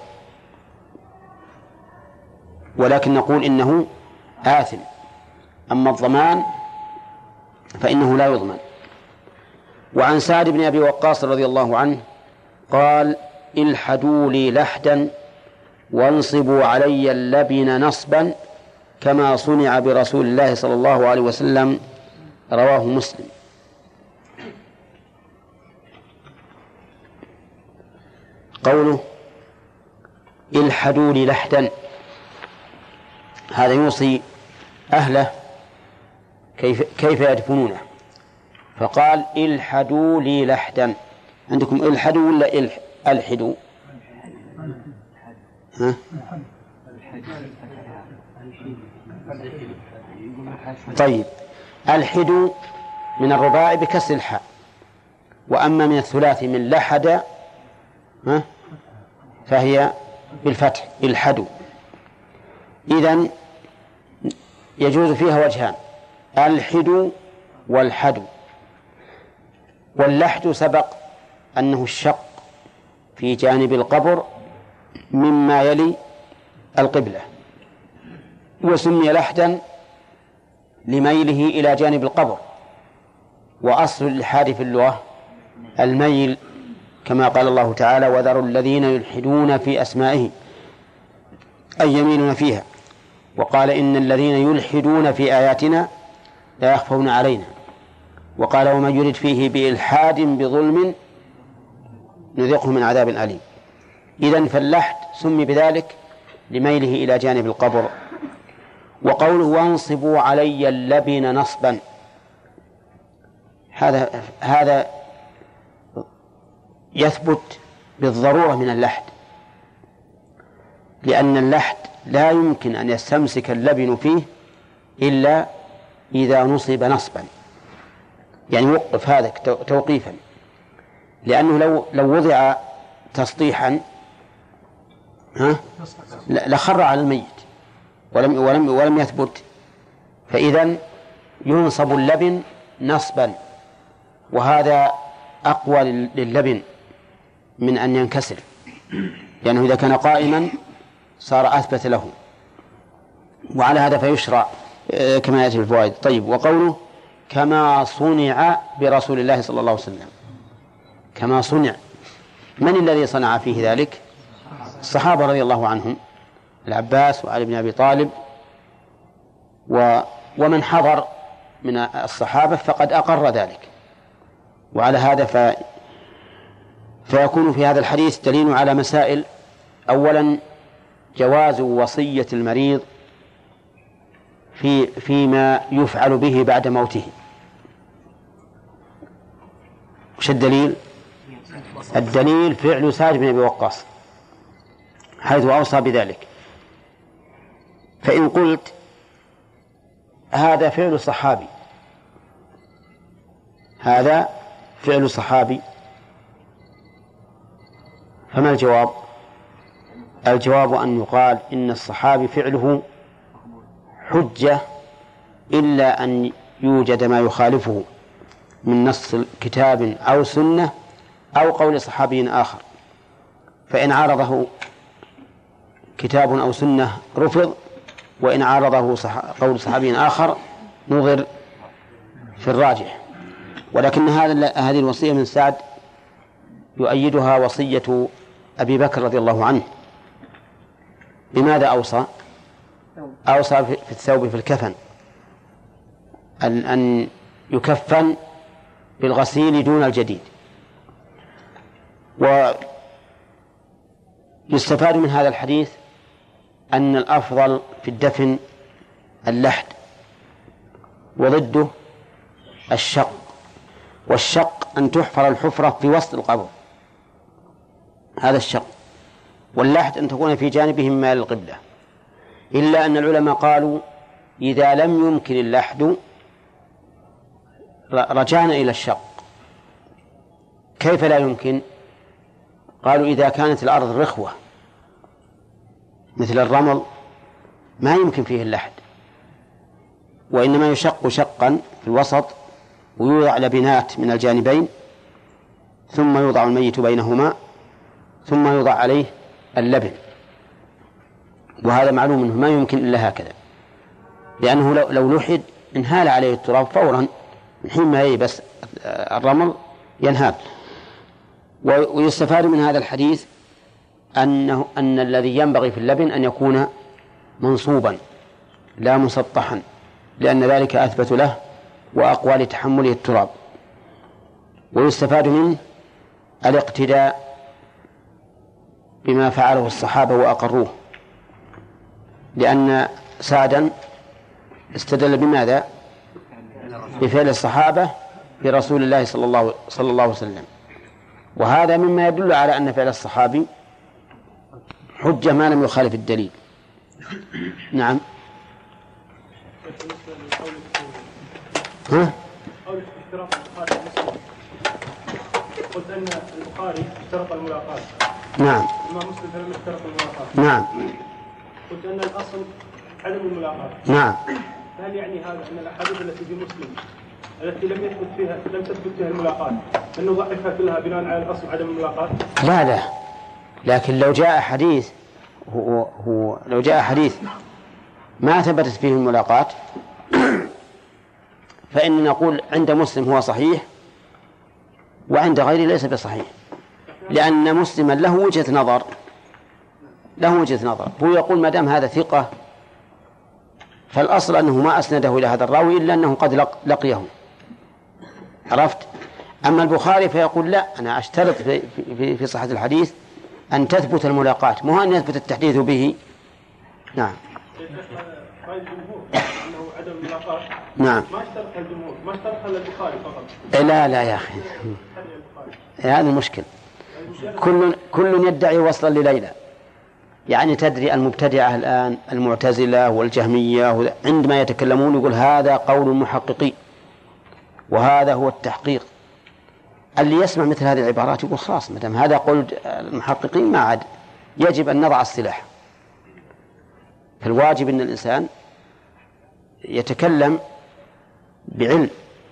[SPEAKER 1] ولكن نقول إنه آثم. أما الضمان فإنه لا يضمن. وعن سعد بن أبي وقاص رضي الله عنه قال: الحدوا لي لحدا وانصبوا علي اللبن نصبا كما صنع برسول الله صلى الله عليه وسلم. رواه مسلم. قوله الحدوا لي لحدا هذا يوصي أهله كيف يدفنونه، فقال الحدوا لي لحدا. عندكم الحدوا ولا الحدوا؟ طيب. الحدوا من الرباع بكسر الحاء، وأما من الثلاثي من لحد فهي بالفتح الحدوا. إذن يجوز فيها وجهان: الحدو والحدو. واللحد سبق أنه الشق في جانب القبر مما يلي القبلة، وسمي لحدا لميله إلى جانب القبر. وأصل الإلحاد في اللغة الميل كما قال الله تعالى: وذروا الذين يلحدون في أسمائه أي يميلون فيها. وقال: إن الذين يلحدون في آياتنا لا يخفون علينا. وقال: ومن يرد فيه بإلحاد بظلم نذقه من عذاب أليم. إذن فاللحد سمي بذلك لميله إلى جانب القبر. وقوله: وانصبوا علي اللبن نصبا، هذا يثبت بالضرورة من اللحد، لأن اللحد لا يمكن أن يستمسك اللبن فيه إلا إذا نصب نصبا، يعني وقف هذا توقيفا، لأنه لو وضع تسطيحا لخر على الميت ولم يثبت. فإذن ينصب اللبن نصبا، وهذا أقوى لللبن من أن ينكسر، لأنه إذا كان قائما صار أثبت له. وعلى هذا فيشرع كما يأتي في الفوائد. طيب، وقوله: كما صنع برسول الله صلى الله عليه وسلم. كما صنع، من الذي صنع فيه ذلك؟ الصحابة رضي الله عنهم، العباس وعلي بن أبي طالب ومن حضر من الصحابة فقد أقر ذلك. وعلى هذا فيكون في هذا الحديث دليل على مسائل. أولا، جواز وصية المريض فيما يفعل به بعد موته. وش الدليل؟ الدليل فعل سعد بن أبي وقاص حيث أوصى بذلك. فإن قلت هذا فعل صحابي، هذا فعل صحابي، فما الجواب؟ الجواب أن يقال إن الصحابي فعله حجة إلا أن يوجد ما يخالفه من نص كتاب أو سنة أو قول صحابي آخر، فإن عارضه كتاب أو سنة رفض، وإن عارضه قول صحابي آخر نظر في الراجح. ولكن هذه الوصية من سعد يؤيدها وصية أبي بكر رضي الله عنه. بماذا أوصى؟ أوصى في الثوب، في الكفن، أن يكفن بالغسيل دون الجديد. ويستفاد من هذا الحديث أن الأفضل في الدفن اللحد، وضده الشق. والشق أن تحفر الحفرة في وسط القبر، هذا الشق. واللحد أن تكون في جانبه مما للقبلة. إلا أن العلماء قالوا إذا لم يمكن اللحد رجعنا إلى الشق. كيف لا يمكن؟ قالوا إذا كانت الأرض رخوة مثل الرمل ما يمكن فيه اللحد، وإنما يشق شقا في الوسط ويوضع لبنات من الجانبين، ثم يوضع الميت بينهما، ثم يوضع عليه اللبن. وهذا معلوم أنه ما يمكن إلا هكذا، لأنه لو لحد انهال عليه التراب فورا من حين ما ييبس الرمل ينهال. ويستفاد من هذا الحديث أن الذي ينبغي في اللبن أن يكون منصوبا لا مسطحا، لأن ذلك أثبت له وأقوى لتحمله التراب. ويستفاد منه الاقتداء بما فعله الصحابة وأقروه، لأن سعدا استدل بماذا؟ بفعل الصحابة برسول الله صلى الله عليه وسلم. وهذا مما يدل على أن فعل الصحابي حجة ما لم يخالف الدليل. نعم.
[SPEAKER 9] قولك اشتراط البخاري ومسلم، قلت أن البخاري اشترط الملاقاة.
[SPEAKER 1] نعم.
[SPEAKER 9] أما مسلم فلم يشترط الملاقاة.
[SPEAKER 1] نعم.
[SPEAKER 9] قلت أن الأصل عدم الملاقاة.
[SPEAKER 1] نعم.
[SPEAKER 9] هل يعني هذا أن الأحاديث التي في مسلم التي لم تثبت فيها الملاقاة أن نضعفها كلها بناء على الأصل عدم الملاقاة؟
[SPEAKER 1] لا، لكن لو جاء حديث لو جاء حديث ما ثبتت فيه الملاقاة فإن نقول عند مسلم هو صحيح وعند غيره ليس بصحيح. لأن مسلما له وجهة نظر، هو يقول ما دام هذا ثقة فالأصل أنه ما أسنده إلى هذا الراوي إلا أنه قد لقيه، عرفت؟ أما البخاري فيقول لا، أنا أشترط في صحة الحديث أن تثبت الملاقاة، مو أن يثبت التحديث به. نعم.
[SPEAKER 9] رأي الجمهور أنه عدم الملاقاة.
[SPEAKER 1] نعم.
[SPEAKER 9] ما اشترطها الجمهور، ما اشترطها البخاري فقط.
[SPEAKER 1] لا يا أخي، هذا المشكل. كل يدعي وصلا لليلى. يعني تدري المبتدعة الآن المعتزلة والجهمية عندما يتكلمون يقول هذا قول المحققين وهذا هو التحقيق. اللي يسمع مثل هذه العبارات يقول خلاص ما دام هذا قول المحققين ما عاد يجب أن نضع السلاح. فالواجب أن الإنسان يتكلم بعلم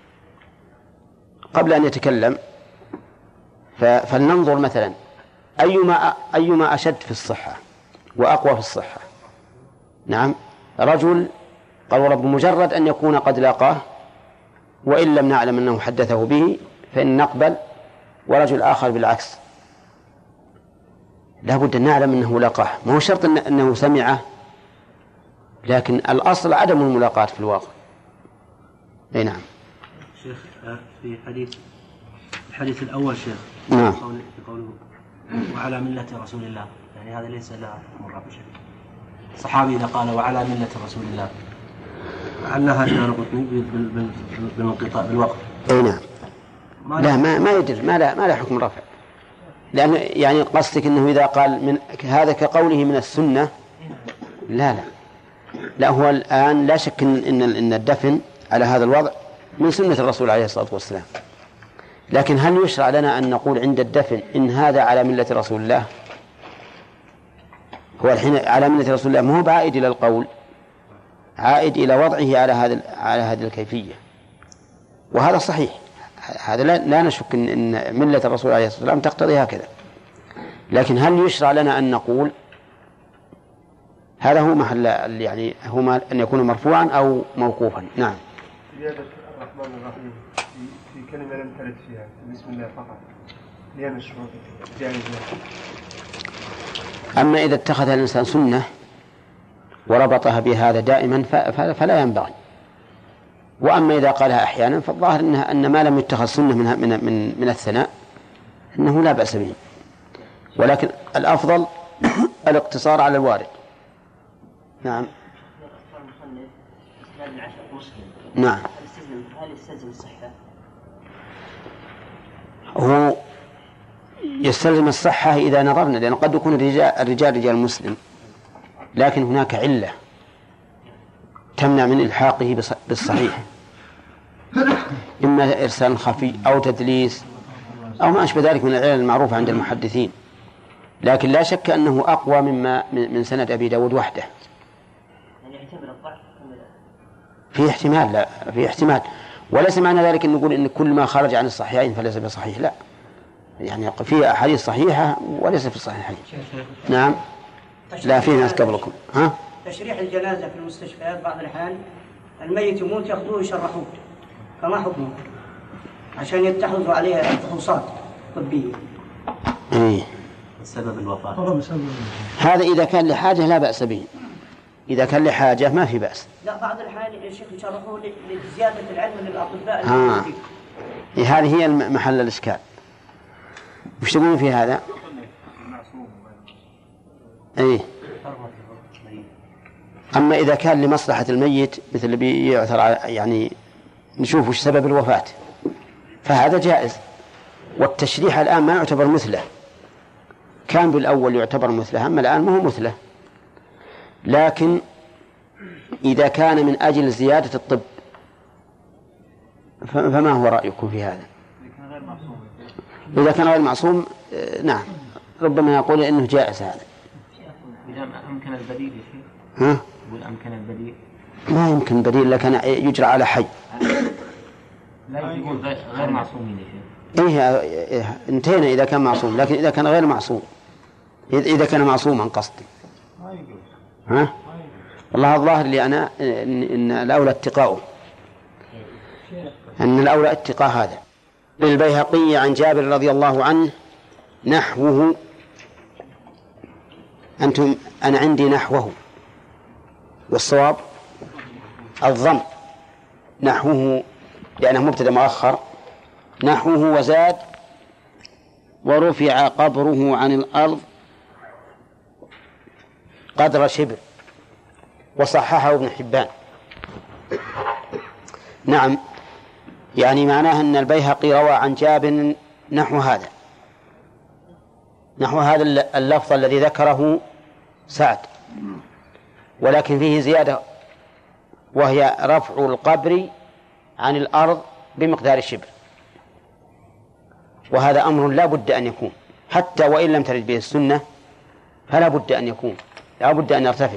[SPEAKER 1] قبل أن يتكلم. فلننظر مثلا أيما أشد في الصحة وأقوى في الصحة. نعم، رجل قال رب مجرد أن يكون قد لاقاه وإن لم نعلم أنه حدثه به فإن نقبل، ورجل آخر بالعكس لا بد أن نعلم أنه لاقاه، ما هو شرط أنه سمعه، لكن الأصل عدم الملاقاة في الواقع. أي نعم.
[SPEAKER 11] شيخ في الحديث الأول شيخ
[SPEAKER 1] نعم
[SPEAKER 11] في قوله وعلى ملة رسول الله، يعني هذا ليس له مرة بشيء. الصحابي إذا قال وعلى ملة رسول الله علها الدارقطني بالانقطاع بالوقت.
[SPEAKER 1] أي نعم. لا ما يدر، ما لا حكم رفع، لأن يعني قصدك أنه إذا قال من هذا كقوله من السنة. لا هو الآن لا شك إن الدفن على هذا الوضع من سنة الرسول عليه الصلاة والسلام، لكن هل يشرع لنا أن نقول عند الدفن إن هذا على ملة رسول الله؟ هو الحين على ملة رسول الله ما هو بعائد إلى القول، عائد إلى وضعه على هذه الكيفية، وهذا صحيح. هذا لا نشك إن ملة الرسول عليه الصلاة والسلام تقتضي هكذا، لكن هل يشرع لنا أن نقول هذا هو محل يعني هو أن يكون مرفوعا أو موقوفا؟ نعم.
[SPEAKER 14] زيادة الرحمن الرحيم في كلمة لم ترد فيها بسم الله فقط لأن الشروط جائزة.
[SPEAKER 1] أما إذا اتخذ الإنسان سنة وربطها بهذا دائما فلا ينبغي. وأما إذا قالها أحيانا فالظاهر أن ما لم يتخذ سنة من الثناء أنه لا بأس به، ولكن الأفضل الاقتصار على الوارد. نعم. نعم.
[SPEAKER 3] هل يستلزم الصحة؟
[SPEAKER 1] هو يستلزم الصحة إذا نظرنا، لأن قد يكون الرجال رجال مسلم لكن هناك علة تمنع من إلحاقه بالصحيح، إما إرسال خفي أو تدليس أو ما أشبه ذلك من العلل المعروفة عند المحدثين، لكن لا شك أنه أقوى من سند أبي داود وحده. في احتمال، لا في احتمال، وليس معنى ذلك أن نقول إن كل ما خرج عن الصحيحين فليس بصحيح، لا، يعني في أحاديث صحيحة وليس في الصحيحين. نعم. لا في ناس قبلكم. ها؟
[SPEAKER 3] تشريح الجنازة في المستشفيات بعض الأحيان الميت يموت يأخذوه يشرحوه، فما حكمه عشان يتخذوا عليها فحوصات طبية؟
[SPEAKER 1] إيه.
[SPEAKER 11] سبب الوفاة
[SPEAKER 1] هذا إذا كان لحاجة لا بأس به، إذا كان لحاجة ما في بأس.
[SPEAKER 3] لا بعض الأحيان الشيخ يشرحوه لزيادة العلم للأطباء.
[SPEAKER 1] هذه هي محل الإشكال. وش تقولون في هذا؟ إيه. أما إذا كان لمصلحة الميت مثل اللي بيعثر يعني نشوف وش سبب الوفاة فهذا جائز. والتشريح الآن ما يعتبر مثله، كان بالأول يعتبر مثله، أما الآن ما هو مثله. لكن إذا كان من أجل زيادة الطب فما هو رأيكم في هذا؟ إذا كان غير معصوم نعم ربما يقول إنه جائز هذا.
[SPEAKER 10] إذا أمكن البديل يا شيخ.
[SPEAKER 1] ها؟
[SPEAKER 10] يقول أمكن البديل.
[SPEAKER 1] ما يمكن بديل لكن يجرى على حي.
[SPEAKER 10] لا يقول غير معصومين يا شيخ.
[SPEAKER 1] إيه انتهينا إذا كان معصوم، لكن إذا كان غير معصوم، إذا كان معصوما قصدي. ها؟ والله الظاهر لي أنا إن الأولى اتقاؤه، أن الأولى اتقاء هذا. للبيهقي عن جابر رضي الله عنه نحوه. أنا عندي نحوه، والصواب الضم. نحوه لأنه مبتدأ مؤخر. نحوه وزاد ورفع قبره عن الأرض قدر شبر، وصححه ابن حبان. نعم، يعني معناه أن البيهقي روى عن جابر نحو هذا اللفظ الذي ذكره سعد، ولكن فيه زيادة وهي رفع القبر عن الأرض بمقدار الشبر، وهذا أمر لا بد أن يكون، حتى وإن لم ترد به السنة فلا بد أن يكون، لا بد أن يرتفع.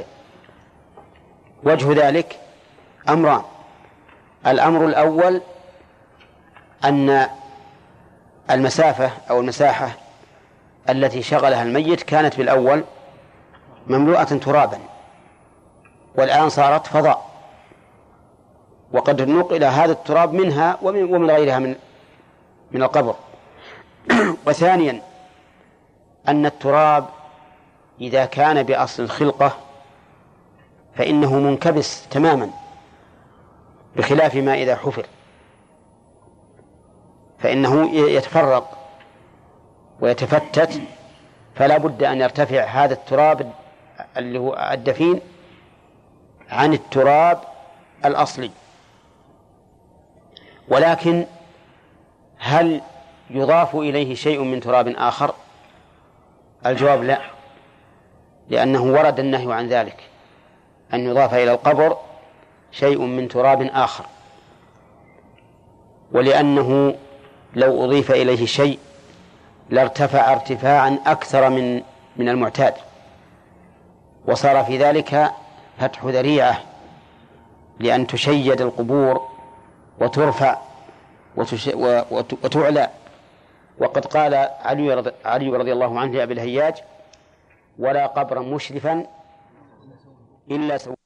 [SPEAKER 1] وجه ذلك أمران: الأمر الأول أن المسافة أو المساحة التي شغلها الميت كانت بالأول مملوءة ترابا، والآن صارت فضاء، وقد نقل هذا التراب منها ومن غيرها من القبر. وثانيا أن التراب إذا كان بأصل الخلقة فإنه منكبس تماما، بخلاف ما إذا حفر فإنه يتفرق ويتفتت، فلا بد أن يرتفع هذا التراب اللي هو الدفين عن التراب الأصلي. ولكن هل يضاف إليه شيء من تراب آخر؟ الجواب لا، لأنه ورد النهي عن ذلك، أن يضاف إلى القبر شيء من تراب آخر، ولأنه لو أضيف إليه شيء لارتفع ارتفاعا أكثر من المعتاد، وصار في ذلك فتح ذريعة لأن تشيد القبور وترفع وتعلى. وقد قال علي رضي الله عنه لأبي الهياج: ولا قبرا مشرفا إلا سوى